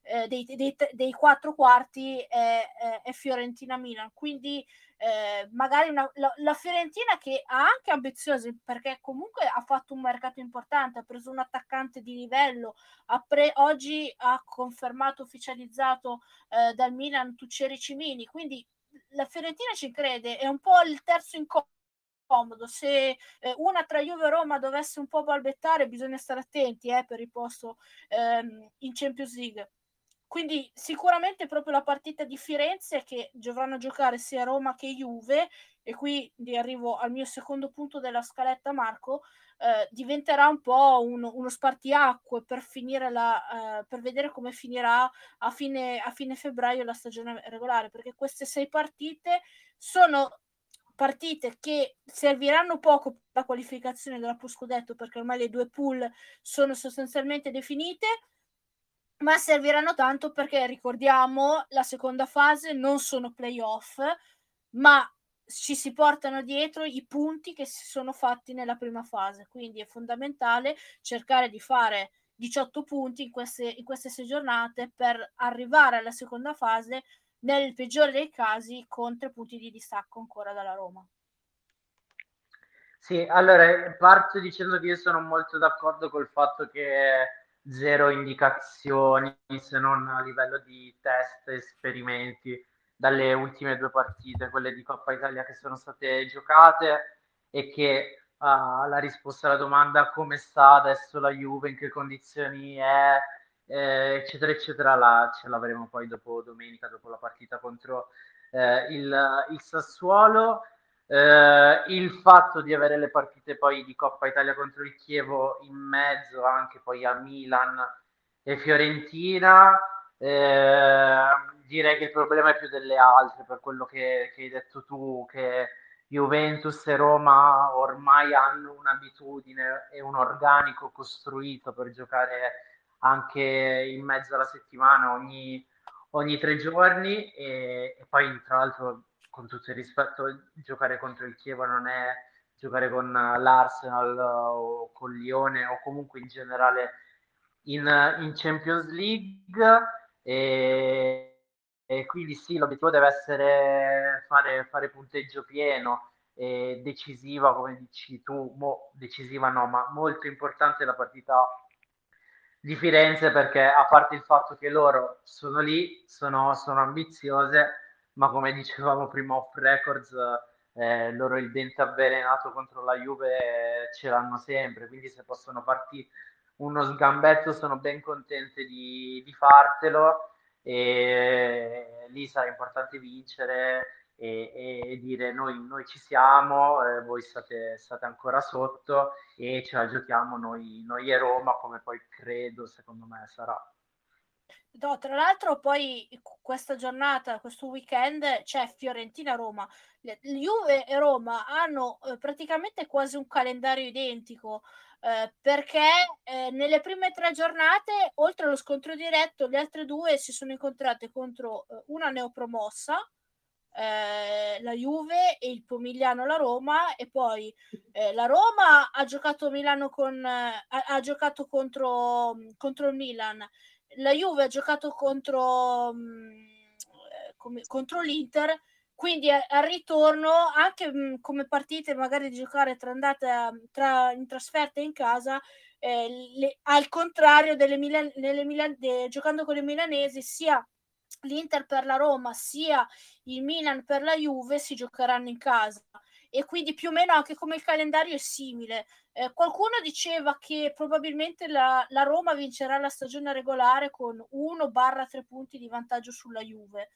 dei 4 quarti è Fiorentina-Milan. Quindi magari la Fiorentina, che ha anche ambiziose, perché comunque ha fatto un mercato importante, ha preso un attaccante di livello, oggi ha confermato, ufficializzato dal Milan Tuccieri Cimini, quindi la Fiorentina ci crede, è un po' il terzo incomodo. Se una tra Juve e Roma dovesse un po' balbettare, bisogna stare attenti per il posto in Champions League. Quindi sicuramente proprio la partita di Firenze, che dovranno giocare sia Roma che Juve, e qui arrivo al mio secondo punto della scaletta, Marco, diventerà un po' uno spartiacque per finire per vedere come finirà a fine febbraio la stagione regolare, perché queste 6 partite sono partite che serviranno poco per la qualificazione della scudetto, perché ormai le 2 pool sono sostanzialmente definite, ma serviranno tanto perché, ricordiamo, la seconda fase non sono playoff, ma ci si portano dietro i punti che si sono fatti nella prima fase, quindi è fondamentale cercare di fare 18 punti in queste 6 giornate per arrivare alla seconda fase, nel peggiore dei casi con 3 punti di distacco ancora dalla Roma. Sì, allora parto dicendo che io sono molto d'accordo col fatto che zero indicazioni se non a livello di test, esperimenti dalle ultime 2 partite, quelle di Coppa Italia che sono state giocate, e che la risposta alla domanda come sta adesso la Juve, in che condizioni è, eccetera eccetera, ce l'avremo poi dopo domenica, dopo la partita contro il Sassuolo. Il fatto di avere le partite poi di Coppa Italia contro il Chievo in mezzo anche poi a Milan e Fiorentina, direi che il problema è più delle altre, per quello che hai detto tu, che Juventus e Roma ormai hanno un'abitudine e un organico costruito per giocare anche in mezzo alla settimana, ogni 3 giorni, e poi tra l'altro, con tutto il rispetto, giocare contro il Chievo non è giocare con l'Arsenal o con Lione o comunque in generale in Champions League, e quindi sì, l'obiettivo deve essere fare punteggio pieno e decisiva, come dici tu, decisiva no, ma molto importante la partita di Firenze, perché a parte il fatto che loro sono lì, sono ambiziose, ma come dicevamo prima off records, loro il dente avvelenato contro la Juve ce l'hanno sempre, quindi se possono farti uno sgambetto sono ben contente di fartelo, e lì sarà importante vincere e dire noi ci siamo, voi state ancora sotto e ce la giochiamo noi e Roma, come poi credo, secondo me, sarà. No, tra l'altro poi questa giornata, questo weekend, c'è Fiorentina-Roma. Juve e Roma hanno praticamente quasi un calendario identico, perché nelle prime 3 giornate, oltre allo scontro diretto, le altre due si sono incontrate contro una neopromossa, la Juve, e il Pomigliano la Roma, e poi la Roma ha giocato Milano ha giocato contro il Milan, la Juve ha giocato contro l'Inter, quindi al ritorno, anche come partite magari di giocare tra andata in trasferta e in casa, al contrario giocando con le milanesi, sia l'Inter per la Roma sia il Milan per la Juve si giocheranno in casa, e quindi più o meno anche come il calendario è simile. Qualcuno diceva che probabilmente la Roma vincerà la stagione regolare con 1/3 punti di vantaggio sulla Juve.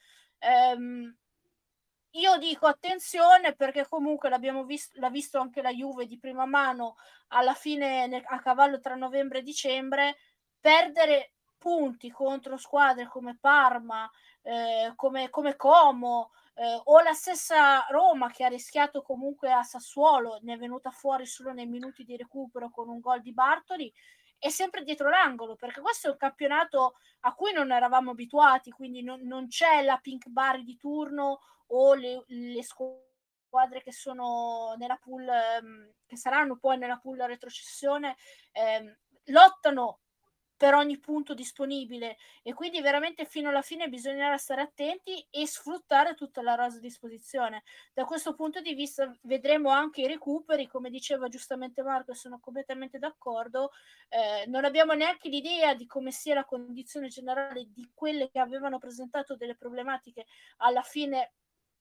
Io dico attenzione, perché comunque l'ha visto anche la Juve di prima mano alla fine, a cavallo tra novembre e dicembre, perdere punti contro squadre come Parma, come Como, o la stessa Roma, che ha rischiato comunque a Sassuolo, ne è venuta fuori solo nei minuti di recupero con un gol di Bartoli, è sempre dietro l'angolo, perché questo è un campionato a cui non eravamo abituati, quindi non c'è la Pink Bari di turno o le squadre che sono nella pool, che saranno poi nella pool retrocessione, lottano per ogni punto disponibile, e quindi veramente fino alla fine bisognerà stare attenti e sfruttare tutta la rosa a disposizione. Da questo punto di vista vedremo anche i recuperi, come diceva giustamente Marco, e sono completamente d'accordo. Non abbiamo neanche l'idea di come sia la condizione generale di quelle che avevano presentato delle problematiche alla fine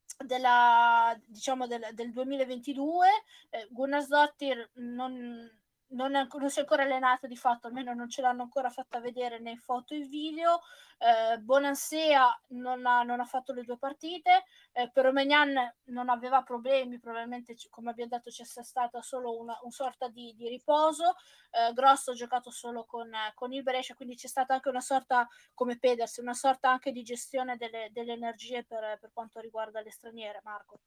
del 2022. Gunnarsdottir non si è ancora allenata, di fatto, almeno non ce l'hanno ancora fatta vedere né foto e video. Bonansea non ha fatto le 2 partite, Peromegnan non aveva problemi, probabilmente, come abbiamo detto, c'è stata solo una sorta di riposo. Grosso ha giocato solo con il Brescia, quindi c'è stata anche una sorta, come Pedersen, una sorta anche di gestione delle energie per quanto riguarda le straniere. Marco?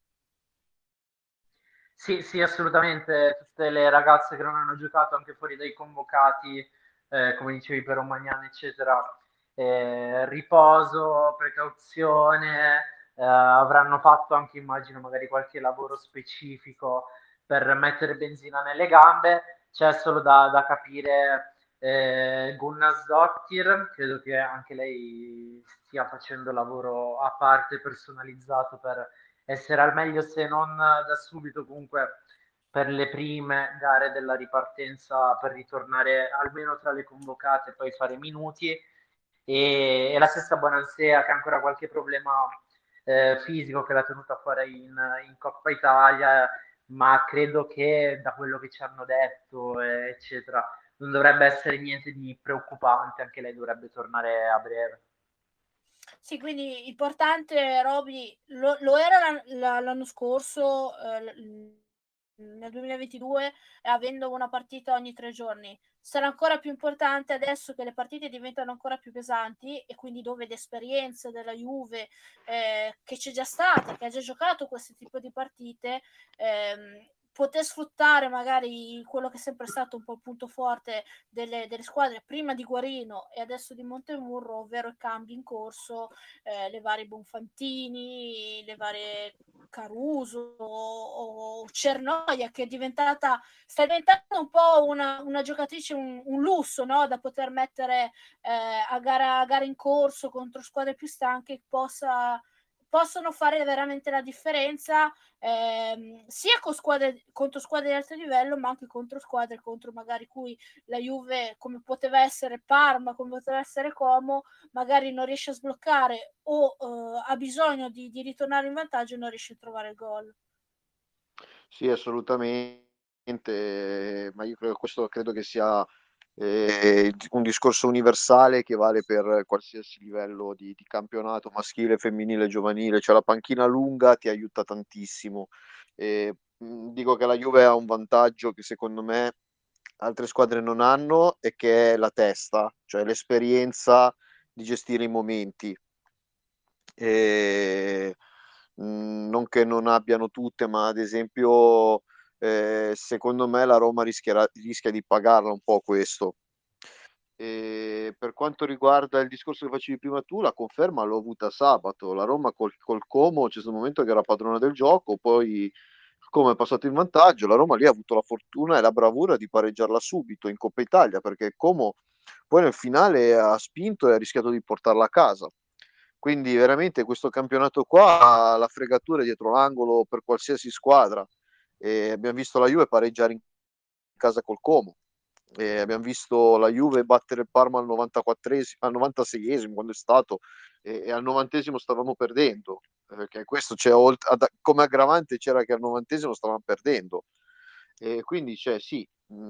Sì, sì, assolutamente. Tutte le ragazze che non hanno giocato anche fuori dai convocati, come dicevi, per Romagnan, eccetera, riposo, precauzione, avranno fatto anche, immagino, magari qualche lavoro specifico per mettere benzina nelle gambe. C'è solo da capire, Gunnarsdottir, credo che anche lei stia facendo lavoro a parte, personalizzato per essere al meglio, se non da subito, comunque per le prime gare della ripartenza, per ritornare almeno tra le convocate e poi fare minuti. E la stessa Bonansea, che ha ancora qualche problema fisico, che l'ha tenuta fuori in Coppa Italia, ma credo che da quello che ci hanno detto, eccetera, non dovrebbe essere niente di preoccupante, anche lei dovrebbe tornare a breve. Sì, quindi importante, Roby, lo era l'anno scorso, nel 2022, avendo una partita ogni 3 giorni. Sarà ancora più importante adesso che le partite diventano ancora più pesanti e quindi dove l'esperienza della Juve, che c'è già stata, che ha già giocato questo tipo di partite, poter sfruttare magari quello che è sempre stato un po' il punto forte delle squadre prima di Guarino e adesso di Montemurro, ovvero i cambi in corso, le varie Bonfantini, le varie Caruso o Cernoia, che sta diventando un po' una giocatrice, un lusso, no? Da poter mettere a gara in corso contro squadre più stanche, possono fare veramente la differenza, sia contro squadre di alto livello, ma anche contro squadre contro magari cui la Juve, come poteva essere Parma, come poteva essere Como, magari non riesce a sbloccare o ha bisogno di ritornare in vantaggio e non riesce a trovare il gol. Sì, assolutamente, ma io credo che sia un discorso universale che vale per qualsiasi livello di campionato maschile, femminile, giovanile, cioè la panchina lunga ti aiuta tantissimo. Dico che la Juve ha un vantaggio che secondo me altre squadre non hanno e che è la testa, cioè l'esperienza di gestire i momenti. E, non che non abbiano tutte, ma ad esempio secondo me la Roma rischia di pagarla un po' questo. E per quanto riguarda il discorso che facevi prima tu, la conferma l'ho avuta sabato. La Roma col Como c'è stato un momento che era padrona del gioco, poi come è passato in vantaggio, la Roma lì ha avuto la fortuna e la bravura di pareggiarla subito in Coppa Italia, perché Como poi nel finale ha spinto e ha rischiato di portarla a casa. Quindi veramente questo campionato qua ha la fregatura dietro l'angolo per qualsiasi squadra. E abbiamo visto la Juve pareggiare in casa col Como. E abbiamo visto la Juve battere il Parma al 94esimo, al 96esimo quando è stato, e al 90esimo stavamo perdendo. Perché questo c'è, come aggravante c'era che al 90esimo stavamo perdendo. E quindi cioè, sì,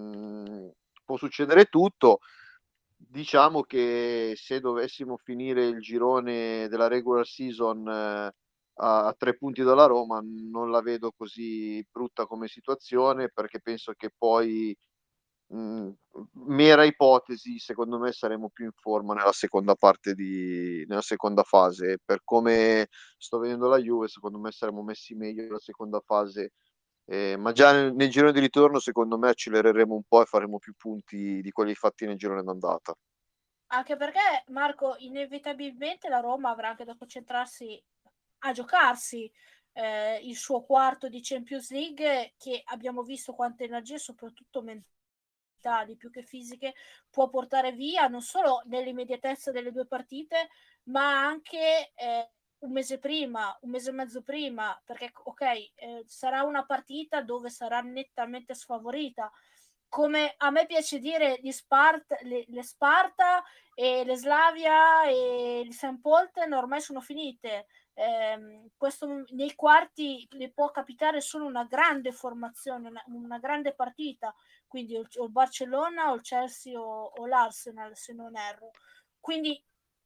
può succedere tutto. Diciamo che se dovessimo finire il girone della regular season a 3 punti dalla Roma, non la vedo così brutta come situazione, perché penso che poi, mh, mera ipotesi, secondo me saremo più in forma nella seconda parte nella seconda fase. Per come sto vedendo la Juve, secondo me saremo messi meglio nella seconda fase, ma già nel girone di ritorno secondo me accelereremo un po' e faremo più punti di quelli fatti nel girone d'andata. Anche perché, Marco, inevitabilmente la Roma avrà anche da concentrarsi a giocarsi il suo quarto di Champions League, che abbiamo visto quante energie, soprattutto mentali più che fisiche, può portare via, non solo nell'immediatezza delle due partite, ma anche un mese prima, un mese e mezzo prima, perché ok, sarà una partita dove sarà nettamente sfavorita. Come a me piace dire, le Sparta e le Slavia e il St. Polten ormai sono finite. Questo nei quarti le può capitare solo una grande formazione, una grande partita, quindi o il Barcellona o il Chelsea o l'Arsenal, se non erro. Quindi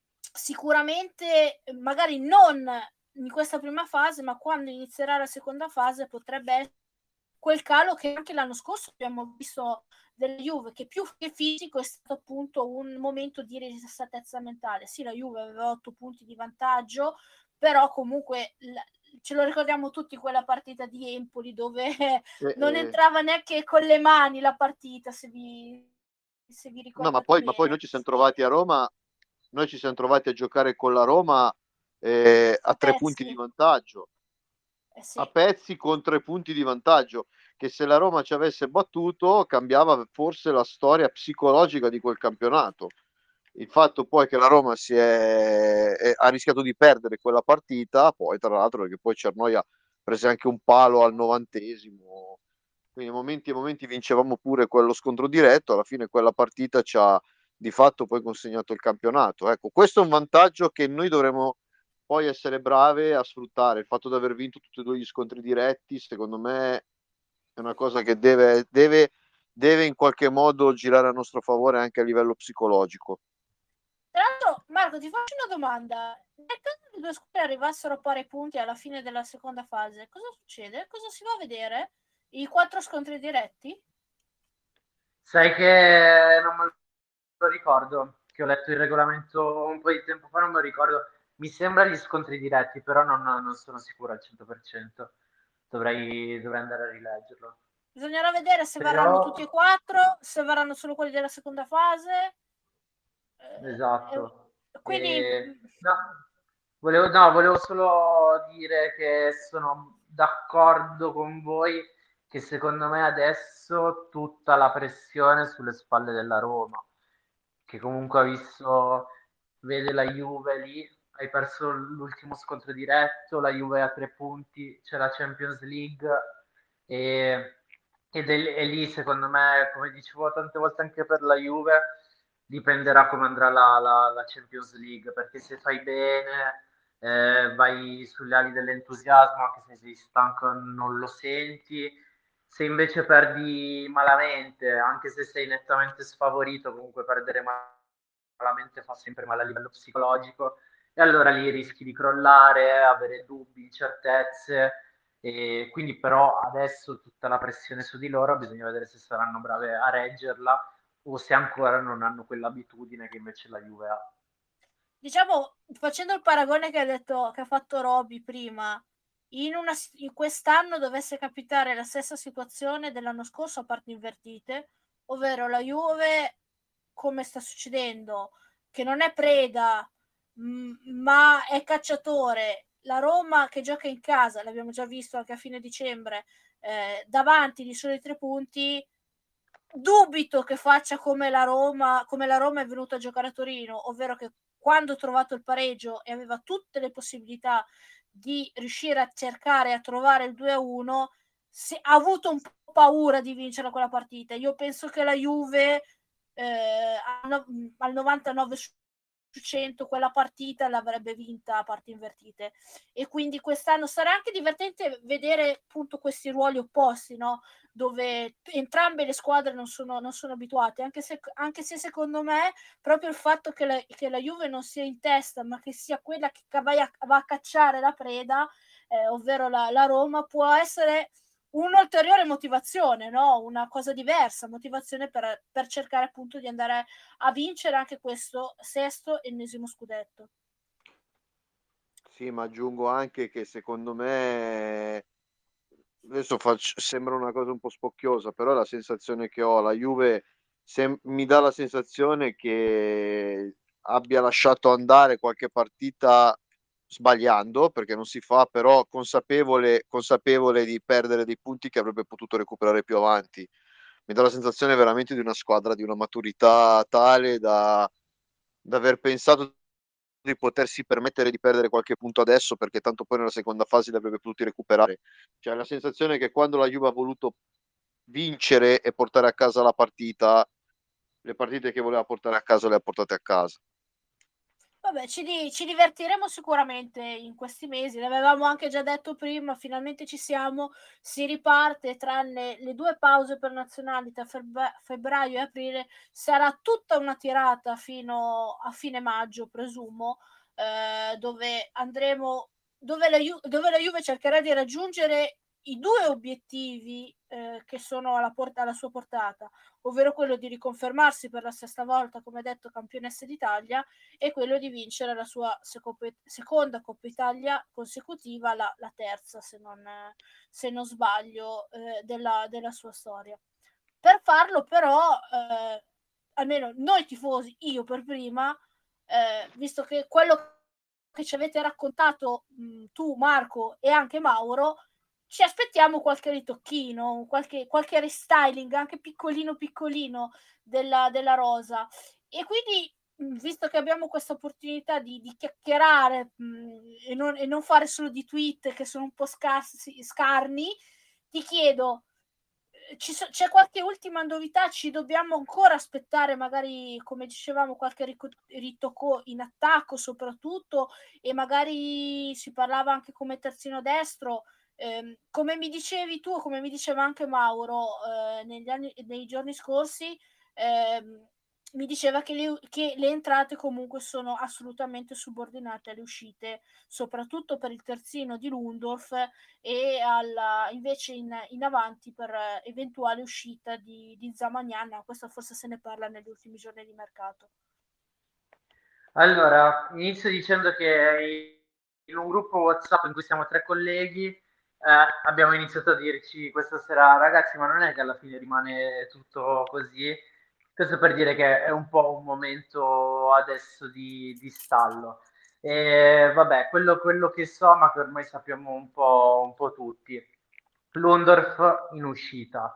sicuramente magari non in questa prima fase, ma quando inizierà la seconda fase potrebbe essere quel calo che anche l'anno scorso abbiamo visto della Juve, che più che fisico è stato appunto un momento di rilassatezza mentale. Sì, la Juve aveva 8 punti di vantaggio, però comunque ce lo ricordiamo tutti quella partita di Empoli dove non entrava neanche con le mani la partita, se vi No, ma ricordate poi bene. noi ci siamo trovati a Roma, noi ci siamo trovati a giocare con la Roma a A 3 punti di pezzi. vantaggio, Sì. a pezzi con 3 punti di vantaggio, che se la Roma ci avesse battuto cambiava forse la storia psicologica di quel campionato. Il fatto poi che la Roma ha rischiato di perdere quella partita, poi tra l'altro perché poi Cernoia prese anche un palo al 90esimo, quindi a momenti vincevamo pure quello scontro diretto, alla fine quella partita ci ha di fatto poi consegnato il campionato. Ecco, questo è un vantaggio che noi dovremo poi essere brave a sfruttare. Il fatto di aver vinto tutti e due gli scontri diretti, secondo me, è una cosa che deve in qualche modo girare a nostro favore anche a livello psicologico. Tra l'altro, Marco, ti faccio una domanda. Nel caso le due squadre arrivassero a pari punti alla fine della seconda fase, cosa succede? Cosa si va a vedere? I 4 scontri diretti? Sai che non me lo ricordo, che ho letto il regolamento un po' di tempo fa, non me lo ricordo. Mi sembra gli scontri diretti, però non sono sicuro al 100%. Dovrei andare a rileggerlo. Bisognerà vedere se Però, varranno tutti e 4, se varranno solo quelli della seconda fase. esatto. Quindi No, volevo solo dire che sono d'accordo con voi che secondo me adesso tutta la pressione è sulle spalle della Roma, che comunque vede la Juve lì, hai perso l'ultimo scontro diretto, la Juve ha 3 punti, c'è la Champions League e, e lì secondo me, come dicevo tante volte anche per la Juve, dipenderà come andrà la Champions League, perché se fai bene vai sulle ali dell'entusiasmo, anche se sei stanco non lo senti. Se invece perdi malamente, anche se sei nettamente sfavorito, comunque perdere malamente fa sempre male a livello psicologico e allora lì rischi di crollare, avere dubbi, incertezze e quindi però adesso tutta la pressione su di loro, bisogna vedere se saranno brave a reggerla o se ancora non hanno quell'abitudine che invece la Juve ha. diciamo, facendo il paragone che ha fatto Roby prima, in quest'anno dovesse capitare la stessa situazione dell'anno scorso a parti invertite, ovvero la Juve, come sta succedendo, che non è preda, ma è cacciatore, la Roma che gioca in casa, l'abbiamo già visto anche a fine dicembre, davanti di soli 3 punti, dubito che faccia come la Roma è venuta a giocare a Torino, ovvero che quando ha trovato il pareggio e aveva tutte le possibilità di riuscire a cercare a trovare il 2-1, ha avuto un po' paura di vincere quella partita. Io penso che la Juve al 99% quella partita l'avrebbe vinta a parti invertite, e quindi quest'anno sarà anche divertente vedere appunto questi ruoli opposti, no? Dove entrambe le squadre non sono abituate, anche se secondo me proprio il fatto che la Juve non sia in testa ma che sia quella che va a cacciare la preda, ovvero la Roma, può essere un'ulteriore motivazione, no? Una cosa diversa, motivazione per cercare appunto di andare a vincere anche questo sesto ennesimo scudetto. Sì, ma aggiungo anche che secondo me, adesso sembra una cosa un po' spocchiosa, però la sensazione che ho, la Juve mi dà la sensazione che abbia lasciato andare qualche partita sbagliando, perché non si fa, però consapevole di perdere dei punti che avrebbe potuto recuperare più avanti. Mi dà la sensazione veramente di una squadra di una maturità tale da aver pensato di potersi permettere di perdere qualche punto adesso, perché tanto poi nella seconda fase li avrebbe potuti recuperare. Cioè, la sensazione che quando la Juve ha voluto vincere e portare a casa la partita, le partite che voleva portare a casa le ha portate a casa. Vabbè, ci divertiremo sicuramente in questi mesi, l'avevamo anche già detto prima, finalmente ci siamo, si riparte, tranne le 2 pause per nazionali tra febbraio e aprile, sarà tutta una tirata fino a fine maggio, presumo, dove la Juve cercherà di raggiungere i 2 obiettivi che sono alla sua portata, ovvero quello di riconfermarsi per la sesta volta, come detto, campionessa d'Italia, e quello di vincere la sua seconda Coppa Italia consecutiva, la terza se non sbaglio, della sua storia. Per farlo però, almeno noi tifosi, io per prima, visto che quello che ci avete raccontato tu Marco e anche Mauro, ci aspettiamo qualche ritocchino, qualche restyling anche piccolino piccolino della rosa, e quindi visto che abbiamo questa opportunità di chiacchierare e non fare solo di tweet che sono un po' scarni, ti chiedo, c'è qualche ultima novità? Ci dobbiamo ancora aspettare, magari, come dicevamo, qualche ritocco in attacco soprattutto, e magari si parlava anche come terzino destro, come mi dicevi tu, come mi diceva anche Mauro nei giorni scorsi, mi diceva che le entrate comunque sono assolutamente subordinate alle uscite, soprattutto per il terzino di Lundorf e invece in avanti per eventuale uscita di Zamagnan. Questo forse se ne parla negli ultimi giorni di mercato. Allora, inizio dicendo che in un gruppo WhatsApp in cui siamo 3 colleghi abbiamo iniziato a dirci questa sera, ragazzi, ma non è che alla fine rimane tutto così? Questo per dire che è un po' un momento adesso di stallo. E vabbè, quello che so, ma che ormai sappiamo un po' tutti. Lundorf in uscita,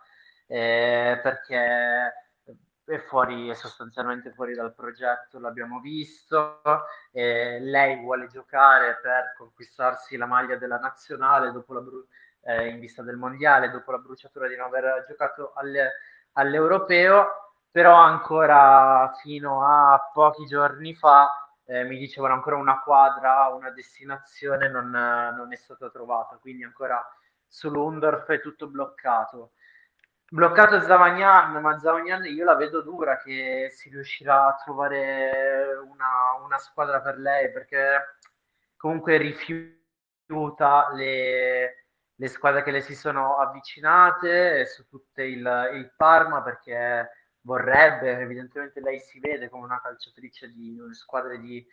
perché è fuori, è sostanzialmente fuori dal progetto, l'abbiamo visto. Lei vuole giocare per conquistarsi la maglia della nazionale in vista del mondiale, dopo la bruciatura di non aver giocato all'europeo, però ancora fino a pochi giorni fa mi dicevano ancora una quadra, una destinazione non è stata trovata, quindi ancora sull'Undorf è tutto bloccato. Bloccato Zavagnan, ma Zavagnan io la vedo dura che si riuscirà a trovare una squadra per lei, perché comunque rifiuta le squadre che le si sono avvicinate, e su tutte il Parma, perché vorrebbe, evidentemente lei si vede come una calciatrice di squadre di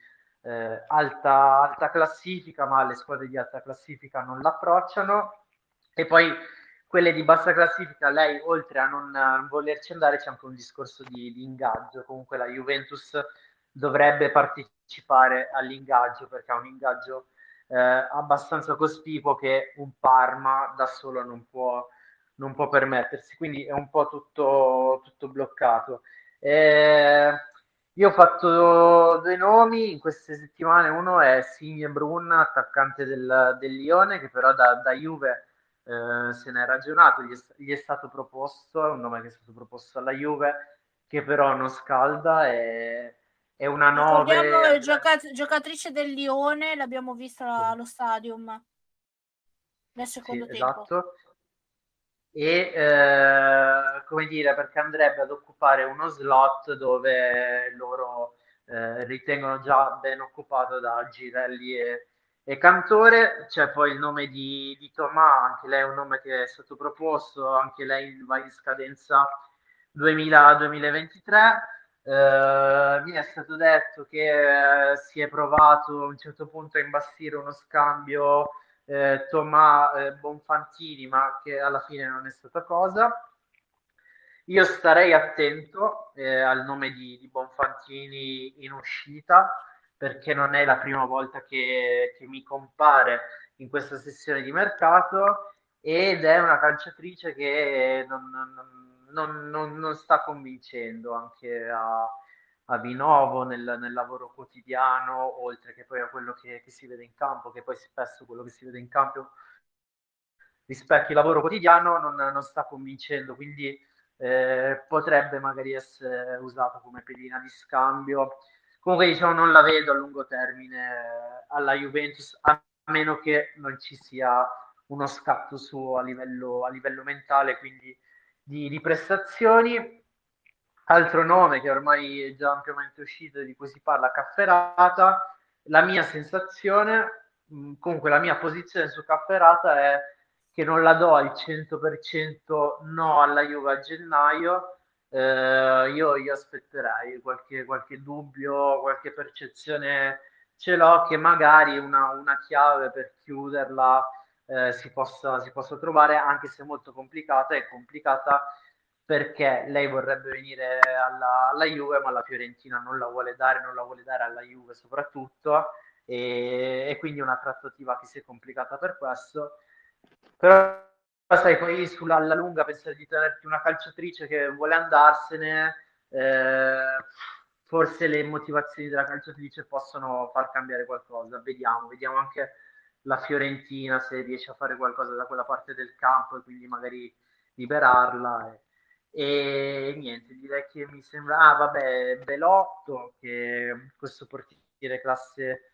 alta classifica, ma le squadre di alta classifica non l'approcciano. E poi quelle di bassa classifica, lei oltre a non volerci andare, c'è anche un discorso di ingaggio. Comunque la Juventus dovrebbe partecipare all'ingaggio perché ha un ingaggio abbastanza cospicuo che un Parma da solo non può permettersi, quindi è un po' tutto bloccato. Eh, io ho fatto 2 nomi in queste settimane, uno è Signe Brun, attaccante del Lione, che però da Juve se n'è ragionato, gli è stato proposto, è un nome che è stato proposto alla Juve, che però non scalda, è una Ricordiamo 9. giocatrice del Lione, l'abbiamo vista Sì, allo stadium nel sì, secondo tempo. esatto. E come dire, perché andrebbe ad occupare uno slot dove loro ritengono già ben occupato da Girelli e Cantore. C'è poi il nome di Tomà, anche lei è un nome che è stato proposto, anche lei va in scadenza 2023. Mi è stato detto che si è provato a un certo punto a imbastire uno scambio Tomà Bonfantini, ma che alla fine non è stata cosa. Io starei attento al nome di Bonfantini in uscita, perché non è la prima volta che mi compare in questa sessione di mercato, ed è una calciatrice che non sta convincendo anche a Vinovo nel lavoro quotidiano, oltre che poi a quello che si vede in campo, che poi spesso quello che si vede in campo rispecchia il lavoro quotidiano, non sta convincendo, quindi potrebbe magari essere usato come pedina di scambio. Comunque diciamo non la vedo a lungo termine alla Juventus, a meno che non ci sia uno scatto suo a livello mentale, quindi di prestazioni. Altro nome che ormai è già ampiamente uscito e di cui si parla, Cafferata. La mia sensazione, comunque la mia posizione su Cafferata è che non la do al 100% no alla Juve a gennaio. Io aspetterei qualche dubbio, qualche percezione ce l'ho, che magari una chiave per chiuderla si possa trovare, anche se molto complicata. È complicata perché lei vorrebbe venire alla Juve, ma la Fiorentina non la vuole dare, non la vuole dare alla Juve soprattutto, e quindi una trattativa che si è complicata per questo. Però sai, poi alla lunga pensare di tenerti una calciatrice che vuole andarsene, forse le motivazioni della calciatrice possono far cambiare qualcosa. Vediamo anche la Fiorentina se riesce a fare qualcosa da quella parte del campo e quindi magari liberarla. E niente, direi che mi sembra, vabbè, Belotto, che questo portiere classe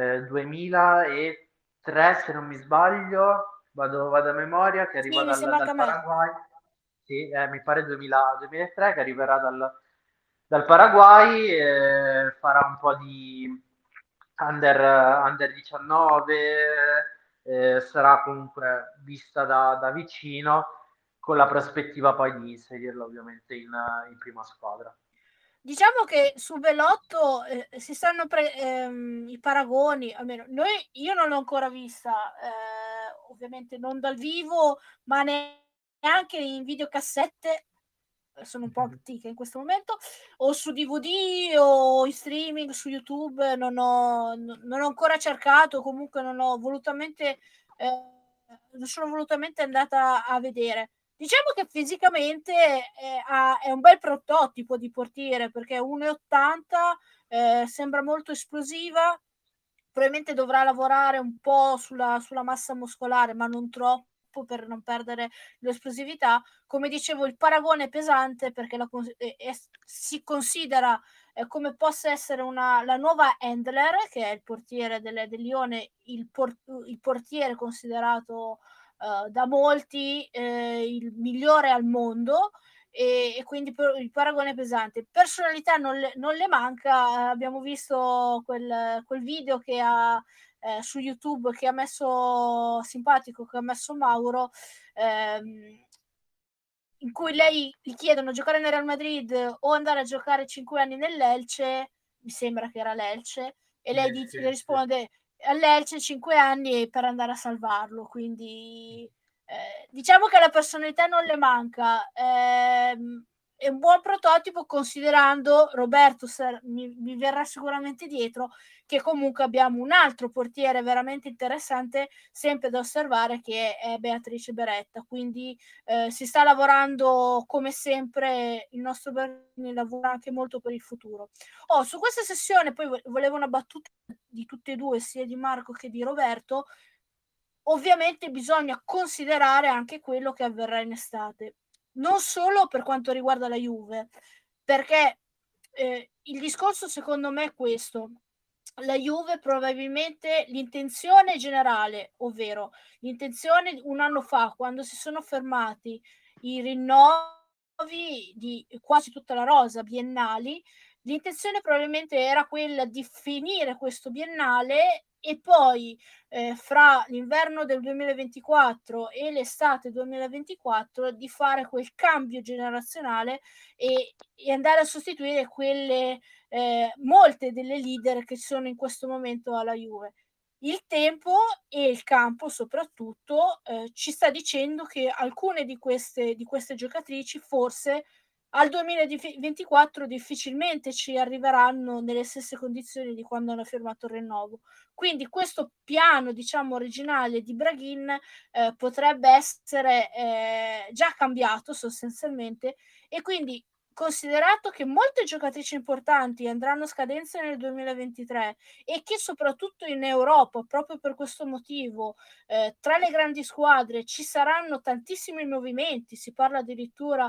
2003, se non mi sbaglio, vado a memoria, che arriva Sì, mi sembra anche dal a me. Paraguay. Sì, mi pare 2003, che arriverà dal Paraguay, farà un po' di under 19, sarà comunque vista da vicino, con la prospettiva poi di inserirla ovviamente in prima squadra. Diciamo che su Bellotto si stanno i paragoni, almeno io non l'ho ancora vista, ovviamente non dal vivo, ma neanche in videocassette, sono un po' antica in questo momento, o su DVD o in streaming su YouTube, non ho ancora cercato, comunque non sono volutamente andata a vedere. Diciamo che fisicamente è un bel prototipo di portiere, perché 1,80, sembra molto esplosiva, probabilmente dovrà lavorare un po' sulla massa muscolare, ma non troppo per non perdere l'esplosività. Come dicevo, il paragone è pesante perché si considera come possa essere la nuova Handler, che è il portiere del Lione, il portiere considerato da molti il migliore al mondo, e quindi il paragone è pesante. Personalità non le manca, abbiamo visto quel video che ha su YouTube, che ha messo simpatico, che ha messo Mauro, in cui gli chiedono giocare nel Real Madrid o andare a giocare 5 anni nell'Elce, mi sembra che era l'Elce, e lei risponde all'Elce 5 anni per andare a salvarlo, quindi diciamo che la personalità non le manca. È un buon prototipo, considerando, Roberto mi verrà sicuramente dietro, che comunque abbiamo un altro portiere veramente interessante sempre da osservare, che è Beatrice Beretta, quindi si sta lavorando come sempre, il nostro Bernini lavora anche molto per il futuro. Su questa sessione poi volevo una battuta di tutti e due, sia di Marco che di Roberto. Ovviamente bisogna considerare anche quello che avverrà in estate, non solo per quanto riguarda la Juve, perché il discorso secondo me è questo: la Juve probabilmente l'intenzione generale, ovvero l'intenzione un anno fa, quando si sono fermati i rinnovi di quasi tutta la rosa biennali, l'intenzione probabilmente era quella di finire questo biennale e poi fra l'inverno del 2024 e l'estate 2024 di fare quel cambio generazionale e andare a sostituire molte delle leader che sono in questo momento alla Juve. Il tempo e il campo soprattutto ci sta dicendo che alcune di queste giocatrici forse al 2024 difficilmente ci arriveranno nelle stesse condizioni di quando hanno firmato il rinnovo. Quindi questo piano, diciamo, originale di Braghin potrebbe essere già cambiato sostanzialmente, e quindi, considerato che molte giocatrici importanti andranno a scadenza nel 2023 e che soprattutto in Europa, proprio per questo motivo, tra le grandi squadre ci saranno tantissimi movimenti, si parla addirittura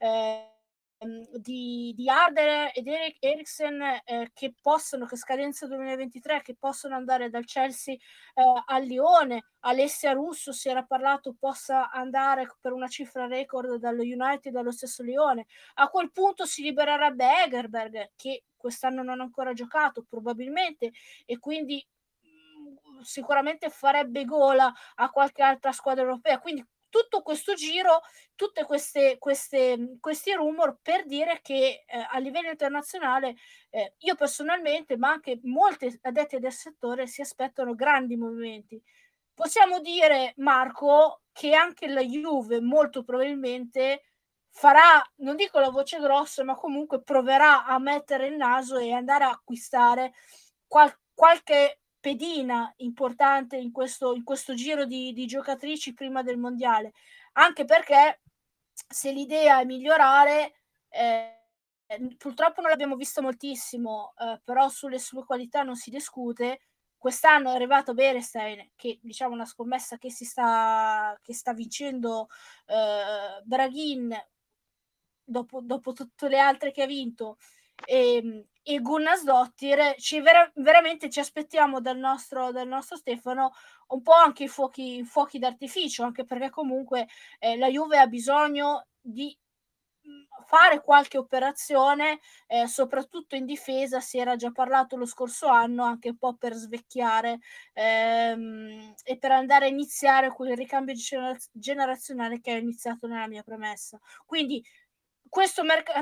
di Harder ed Eriksen che scadenza 2023, che possono andare dal Chelsea al Lione. Alessia Russo si era parlato possa andare per una cifra record dallo United, dallo stesso Lione. A quel punto si libererebbe Egerberg, che quest'anno non ha ancora giocato probabilmente, e quindi sicuramente farebbe gola a qualche altra squadra europea. Quindi tutto questo giro, tutte questi rumor per dire che a livello internazionale io personalmente, ma anche molti addetti del settore, si aspettano grandi movimenti. Possiamo dire, Marco, che anche la Juve molto probabilmente farà, non dico la voce grossa, ma comunque proverà a mettere il naso e andare a acquistare qualche pedina importante in questo giro di giocatrici prima del mondiale, anche perché se l'idea è migliorare, purtroppo non l'abbiamo visto moltissimo, però sulle sue qualità non si discute. Quest'anno è arrivato Berestein, che diciamo una scommessa che sta vincendo Braghin dopo tutte le altre che ha vinto, e Gunnarsdottir. Veramente ci aspettiamo dal nostro Stefano un po' anche i fuochi d'artificio, anche perché comunque la Juve ha bisogno di fare qualche operazione, soprattutto in difesa. Si era già parlato lo scorso anno, anche un po' per svecchiare e per andare a iniziare quel ricambio generazionale che è iniziato nella mia premessa. Quindi questo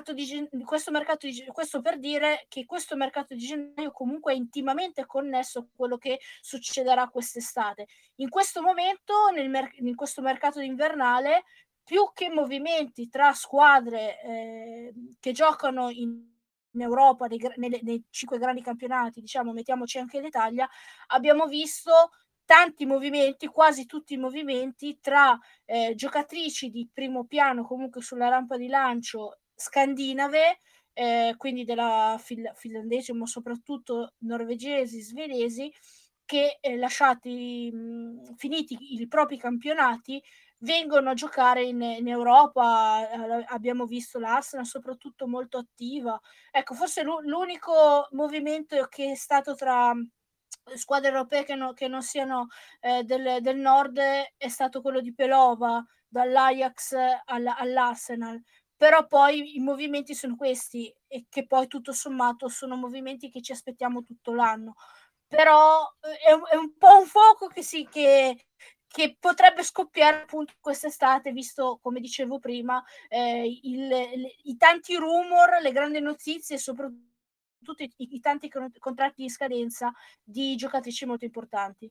per dire che questo mercato di gennaio comunque è intimamente connesso a quello che succederà quest'estate. In questo momento, in questo mercato invernale, più che movimenti tra squadre che giocano in Europa, nei 5 grandi campionati, diciamo, mettiamoci anche l'Italia, abbiamo visto tanti movimenti, quasi tutti i movimenti tra giocatrici di primo piano, comunque sulla rampa di lancio, scandinave, quindi della finlandese, ma soprattutto norvegesi, svedesi, che lasciati finiti i propri campionati vengono a giocare in Europa. Abbiamo visto l'Arsenal soprattutto molto attiva. Ecco, forse l'unico movimento che è stato tra squadre europee che non siano del nord è stato quello di Pelova, dall'Ajax all'Arsenal. Però poi i movimenti sono questi, e che poi tutto sommato sono movimenti che ci aspettiamo tutto l'anno. Però è un po' un fuoco che potrebbe scoppiare appunto quest'estate, visto, come dicevo prima, i tanti rumor, le grandi notizie e soprattutto i tanti contratti di scadenza di giocatrici molto importanti.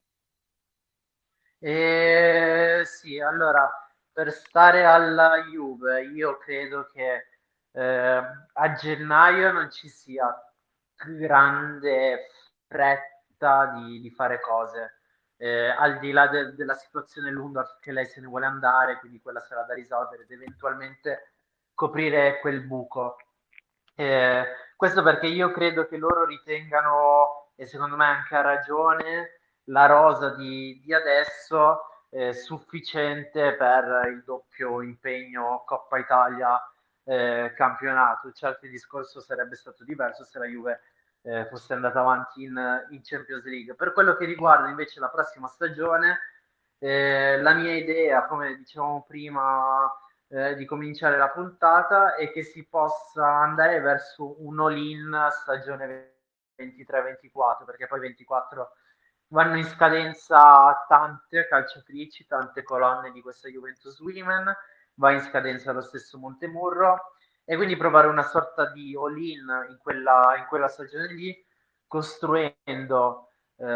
Sì, allora, per stare alla Juve, io credo che a gennaio non ci sia grande fretta di fare cose. Al di là della situazione Lundorf, che lei se ne vuole andare, quindi quella sarà da risolvere ed eventualmente coprire quel buco. Questo perché io credo che loro ritengano, e secondo me anche a ragione, la rosa di adesso sufficiente per il doppio impegno Coppa Italia campionato. Certo, il discorso sarebbe stato diverso se la Juve fosse andata avanti in Champions League. Per quello che riguarda invece la prossima stagione, la mia idea, come dicevamo prima di cominciare la puntata, è che si possa andare verso un all-in stagione 23-24, perché poi 24 vanno in scadenza tante calciatrici, tante colonne di questa Juventus Women, va in scadenza lo stesso Montemurro, e quindi provare una sorta di all-in in quella stagione lì, costruendo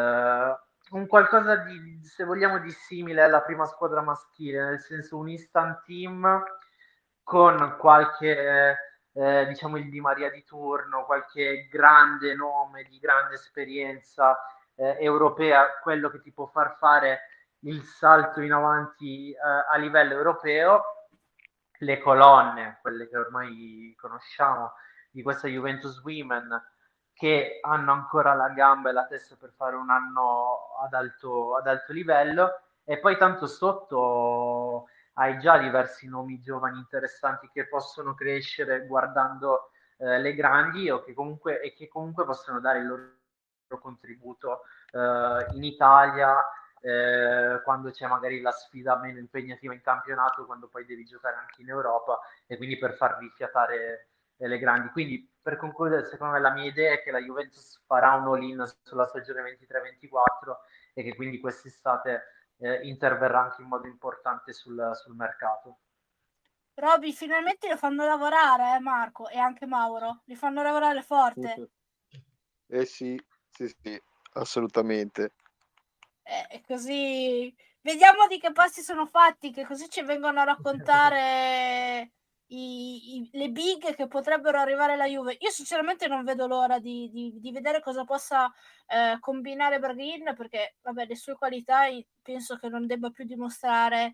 un qualcosa di, se vogliamo, di simile alla prima squadra maschile, nel senso un instant team con qualche, diciamo, il Di Maria di turno, qualche grande nome di grande esperienza europea, quello che ti può far fare il salto in avanti a livello europeo. Le colonne, quelle che ormai conosciamo di questa Juventus Women, che hanno ancora la gamba e la testa per fare un anno ad alto livello, e poi tanto sotto hai già diversi nomi giovani interessanti che possono crescere guardando le grandi, o che comunque possono dare il loro contributo in Italia, quando c'è magari la sfida meno impegnativa in campionato, quando poi devi giocare anche in Europa, e quindi per far rifiatare le grandi. Quindi, per concludere, secondo me la mia idea è che la Juventus farà un all-in sulla stagione 23-24 e che quindi quest'estate interverrà anche in modo importante sul mercato. Roby, finalmente lo fanno lavorare, Marco, e anche Mauro, li fanno lavorare forte. Sì, assolutamente. E così vediamo di che passi sono fatti, che così ci vengono a raccontare le big che potrebbero arrivare alla Juve. Io sinceramente non vedo l'ora di vedere cosa possa combinare Berghin, perché vabbè, le sue qualità penso che non debba più dimostrare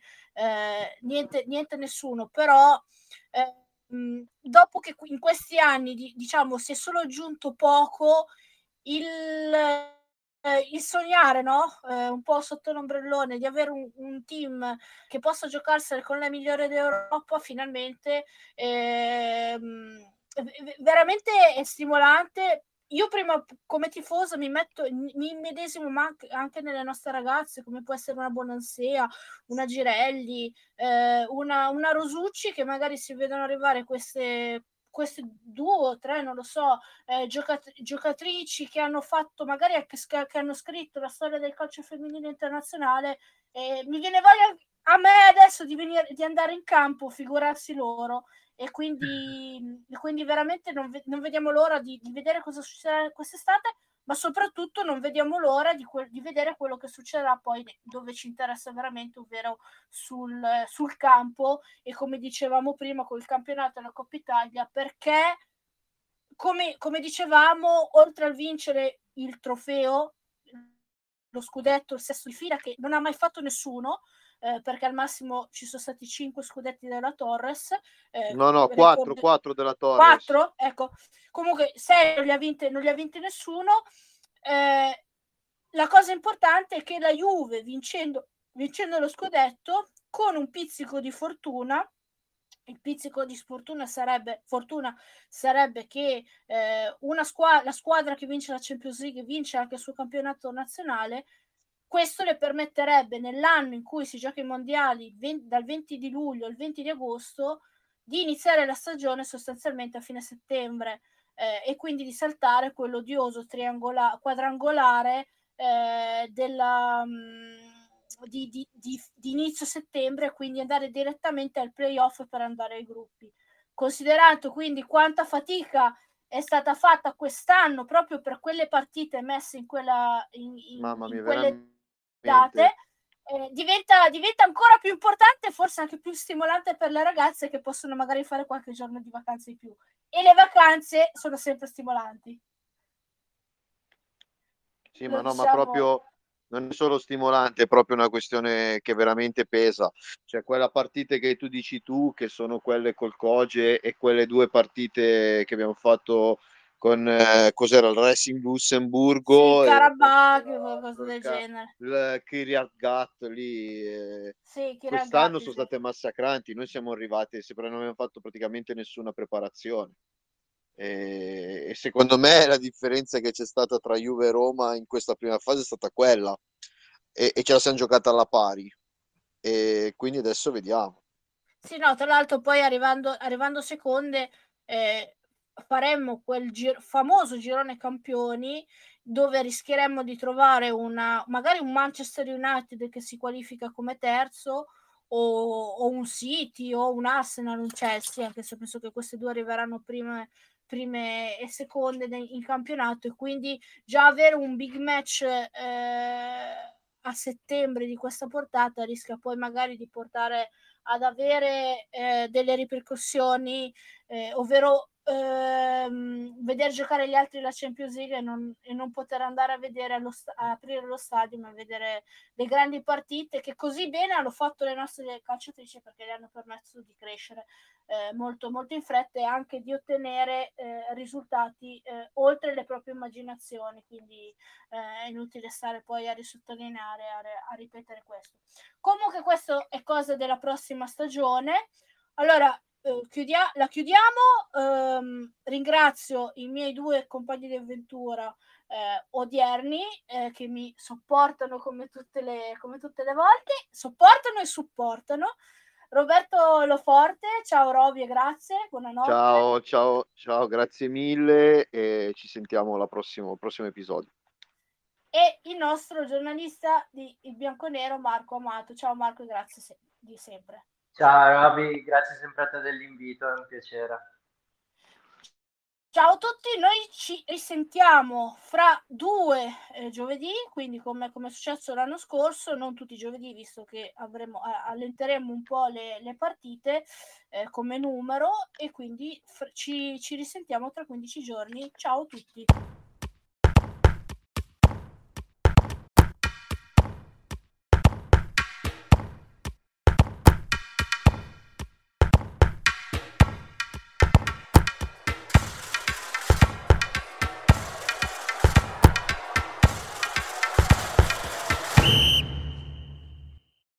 niente nessuno, però dopo che in questi anni diciamo si è solo aggiunto poco, il sognare, no? Un po' sotto l'ombrellone di avere un team che possa giocarsene con la migliore d'Europa, finalmente veramente è stimolante. io prima come tifosa mi immedesimo anche nelle nostre ragazze, come può essere una Bonansea, una Girelli, una Rosucci, che magari si vedono arrivare queste 2 o 3, non lo so, giocatrici che hanno fatto magari che hanno scritto la storia del calcio femminile internazionale. Mi viene voglia a me adesso di andare in campo, figurarsi loro. E quindi veramente non vediamo l'ora di vedere cosa succederà quest'estate, ma soprattutto non vediamo l'ora di vedere quello che succederà poi dove ci interessa veramente, ovvero sul campo, e come dicevamo prima col campionato e la Coppa Italia, perché come dicevamo, oltre al vincere il trofeo, lo scudetto, il sesto di fila, che non ha mai fatto nessuno, perché al massimo ci sono stati 5 scudetti della Torres. No, 4 della Torres. 4, ecco. Comunque 6 non li ha vinti nessuno. La cosa importante è che la Juve, vincendo lo scudetto, con un pizzico di fortuna, il pizzico di fortuna sarebbe che la squadra che vince la Champions League vince anche il suo campionato nazionale. Questo le permetterebbe, nell'anno in cui si gioca i mondiali, dal 20 di luglio al 20 di agosto, di iniziare la stagione sostanzialmente a fine settembre, e quindi di saltare quell'odioso quadrangolare di inizio settembre, quindi andare direttamente al playoff per andare ai gruppi. Considerato quindi quanta fatica è stata fatta quest'anno proprio per quelle partite messe in quelle date, diventa ancora più importante, forse anche più stimolante per le ragazze, che possono magari fare qualche giorno di vacanze in più, e le vacanze sono sempre stimolanti. Sì, ma proprio non è solo stimolante, è proprio una questione che veramente pesa. Cioè, quella partita che tu dici tu, che sono quelle col Coge, e quelle 2 partite che abbiamo fatto con cos'era il Racing Lussemburgo, sì, Karabakh, qualcosa del genere, il Kiryat Gat lì, sì, quest'anno sono state massacranti. Noi siamo arrivati, sembra non abbiamo fatto praticamente nessuna preparazione. E secondo me la differenza che c'è stata tra Juve e Roma in questa prima fase è stata quella, e ce la siamo giocata alla pari, e quindi adesso vediamo. Sì, no, tra l'altro poi arrivando seconde, faremmo quel famoso girone campioni, dove rischieremmo di trovare magari un Manchester United che si qualifica come terzo, o un City, o un Arsenal, un Chelsea, anche se penso che queste 2 arriveranno prime e seconde in campionato, e quindi già avere un big match a settembre di questa portata rischia poi magari di portare ad avere delle ripercussioni, ovvero vedere giocare gli altri la Champions League e non poter andare a vedere a aprire lo stadio, ma vedere le grandi partite che così bene hanno fatto le nostre calciatrici, perché le hanno permesso di crescere molto molto in fretta, e anche di ottenere risultati oltre le proprie immaginazioni. Quindi è inutile stare poi a risottolineare, a ripetere questo. Comunque questo è cosa della prossima stagione. Allora la chiudiamo. Ringrazio i miei 2 compagni di avventura odierni, che mi sopportano come tutte le volte, sopportano e supportano. Roberto Loforte, ciao Roby e grazie, buonanotte. Ciao, grazie mille, e ci sentiamo al prossimo episodio. E il nostro giornalista di Il Bianconero, Marco Amato. Ciao Marco, grazie di sempre. Ciao Roby, grazie sempre a te dell'invito, è un piacere. Ciao a tutti, noi ci risentiamo fra 2 giovedì, quindi come è successo l'anno scorso, non tutti i giovedì, visto che allenteremo un po' le partite come numero, e quindi ci risentiamo tra 15 giorni. Ciao a tutti.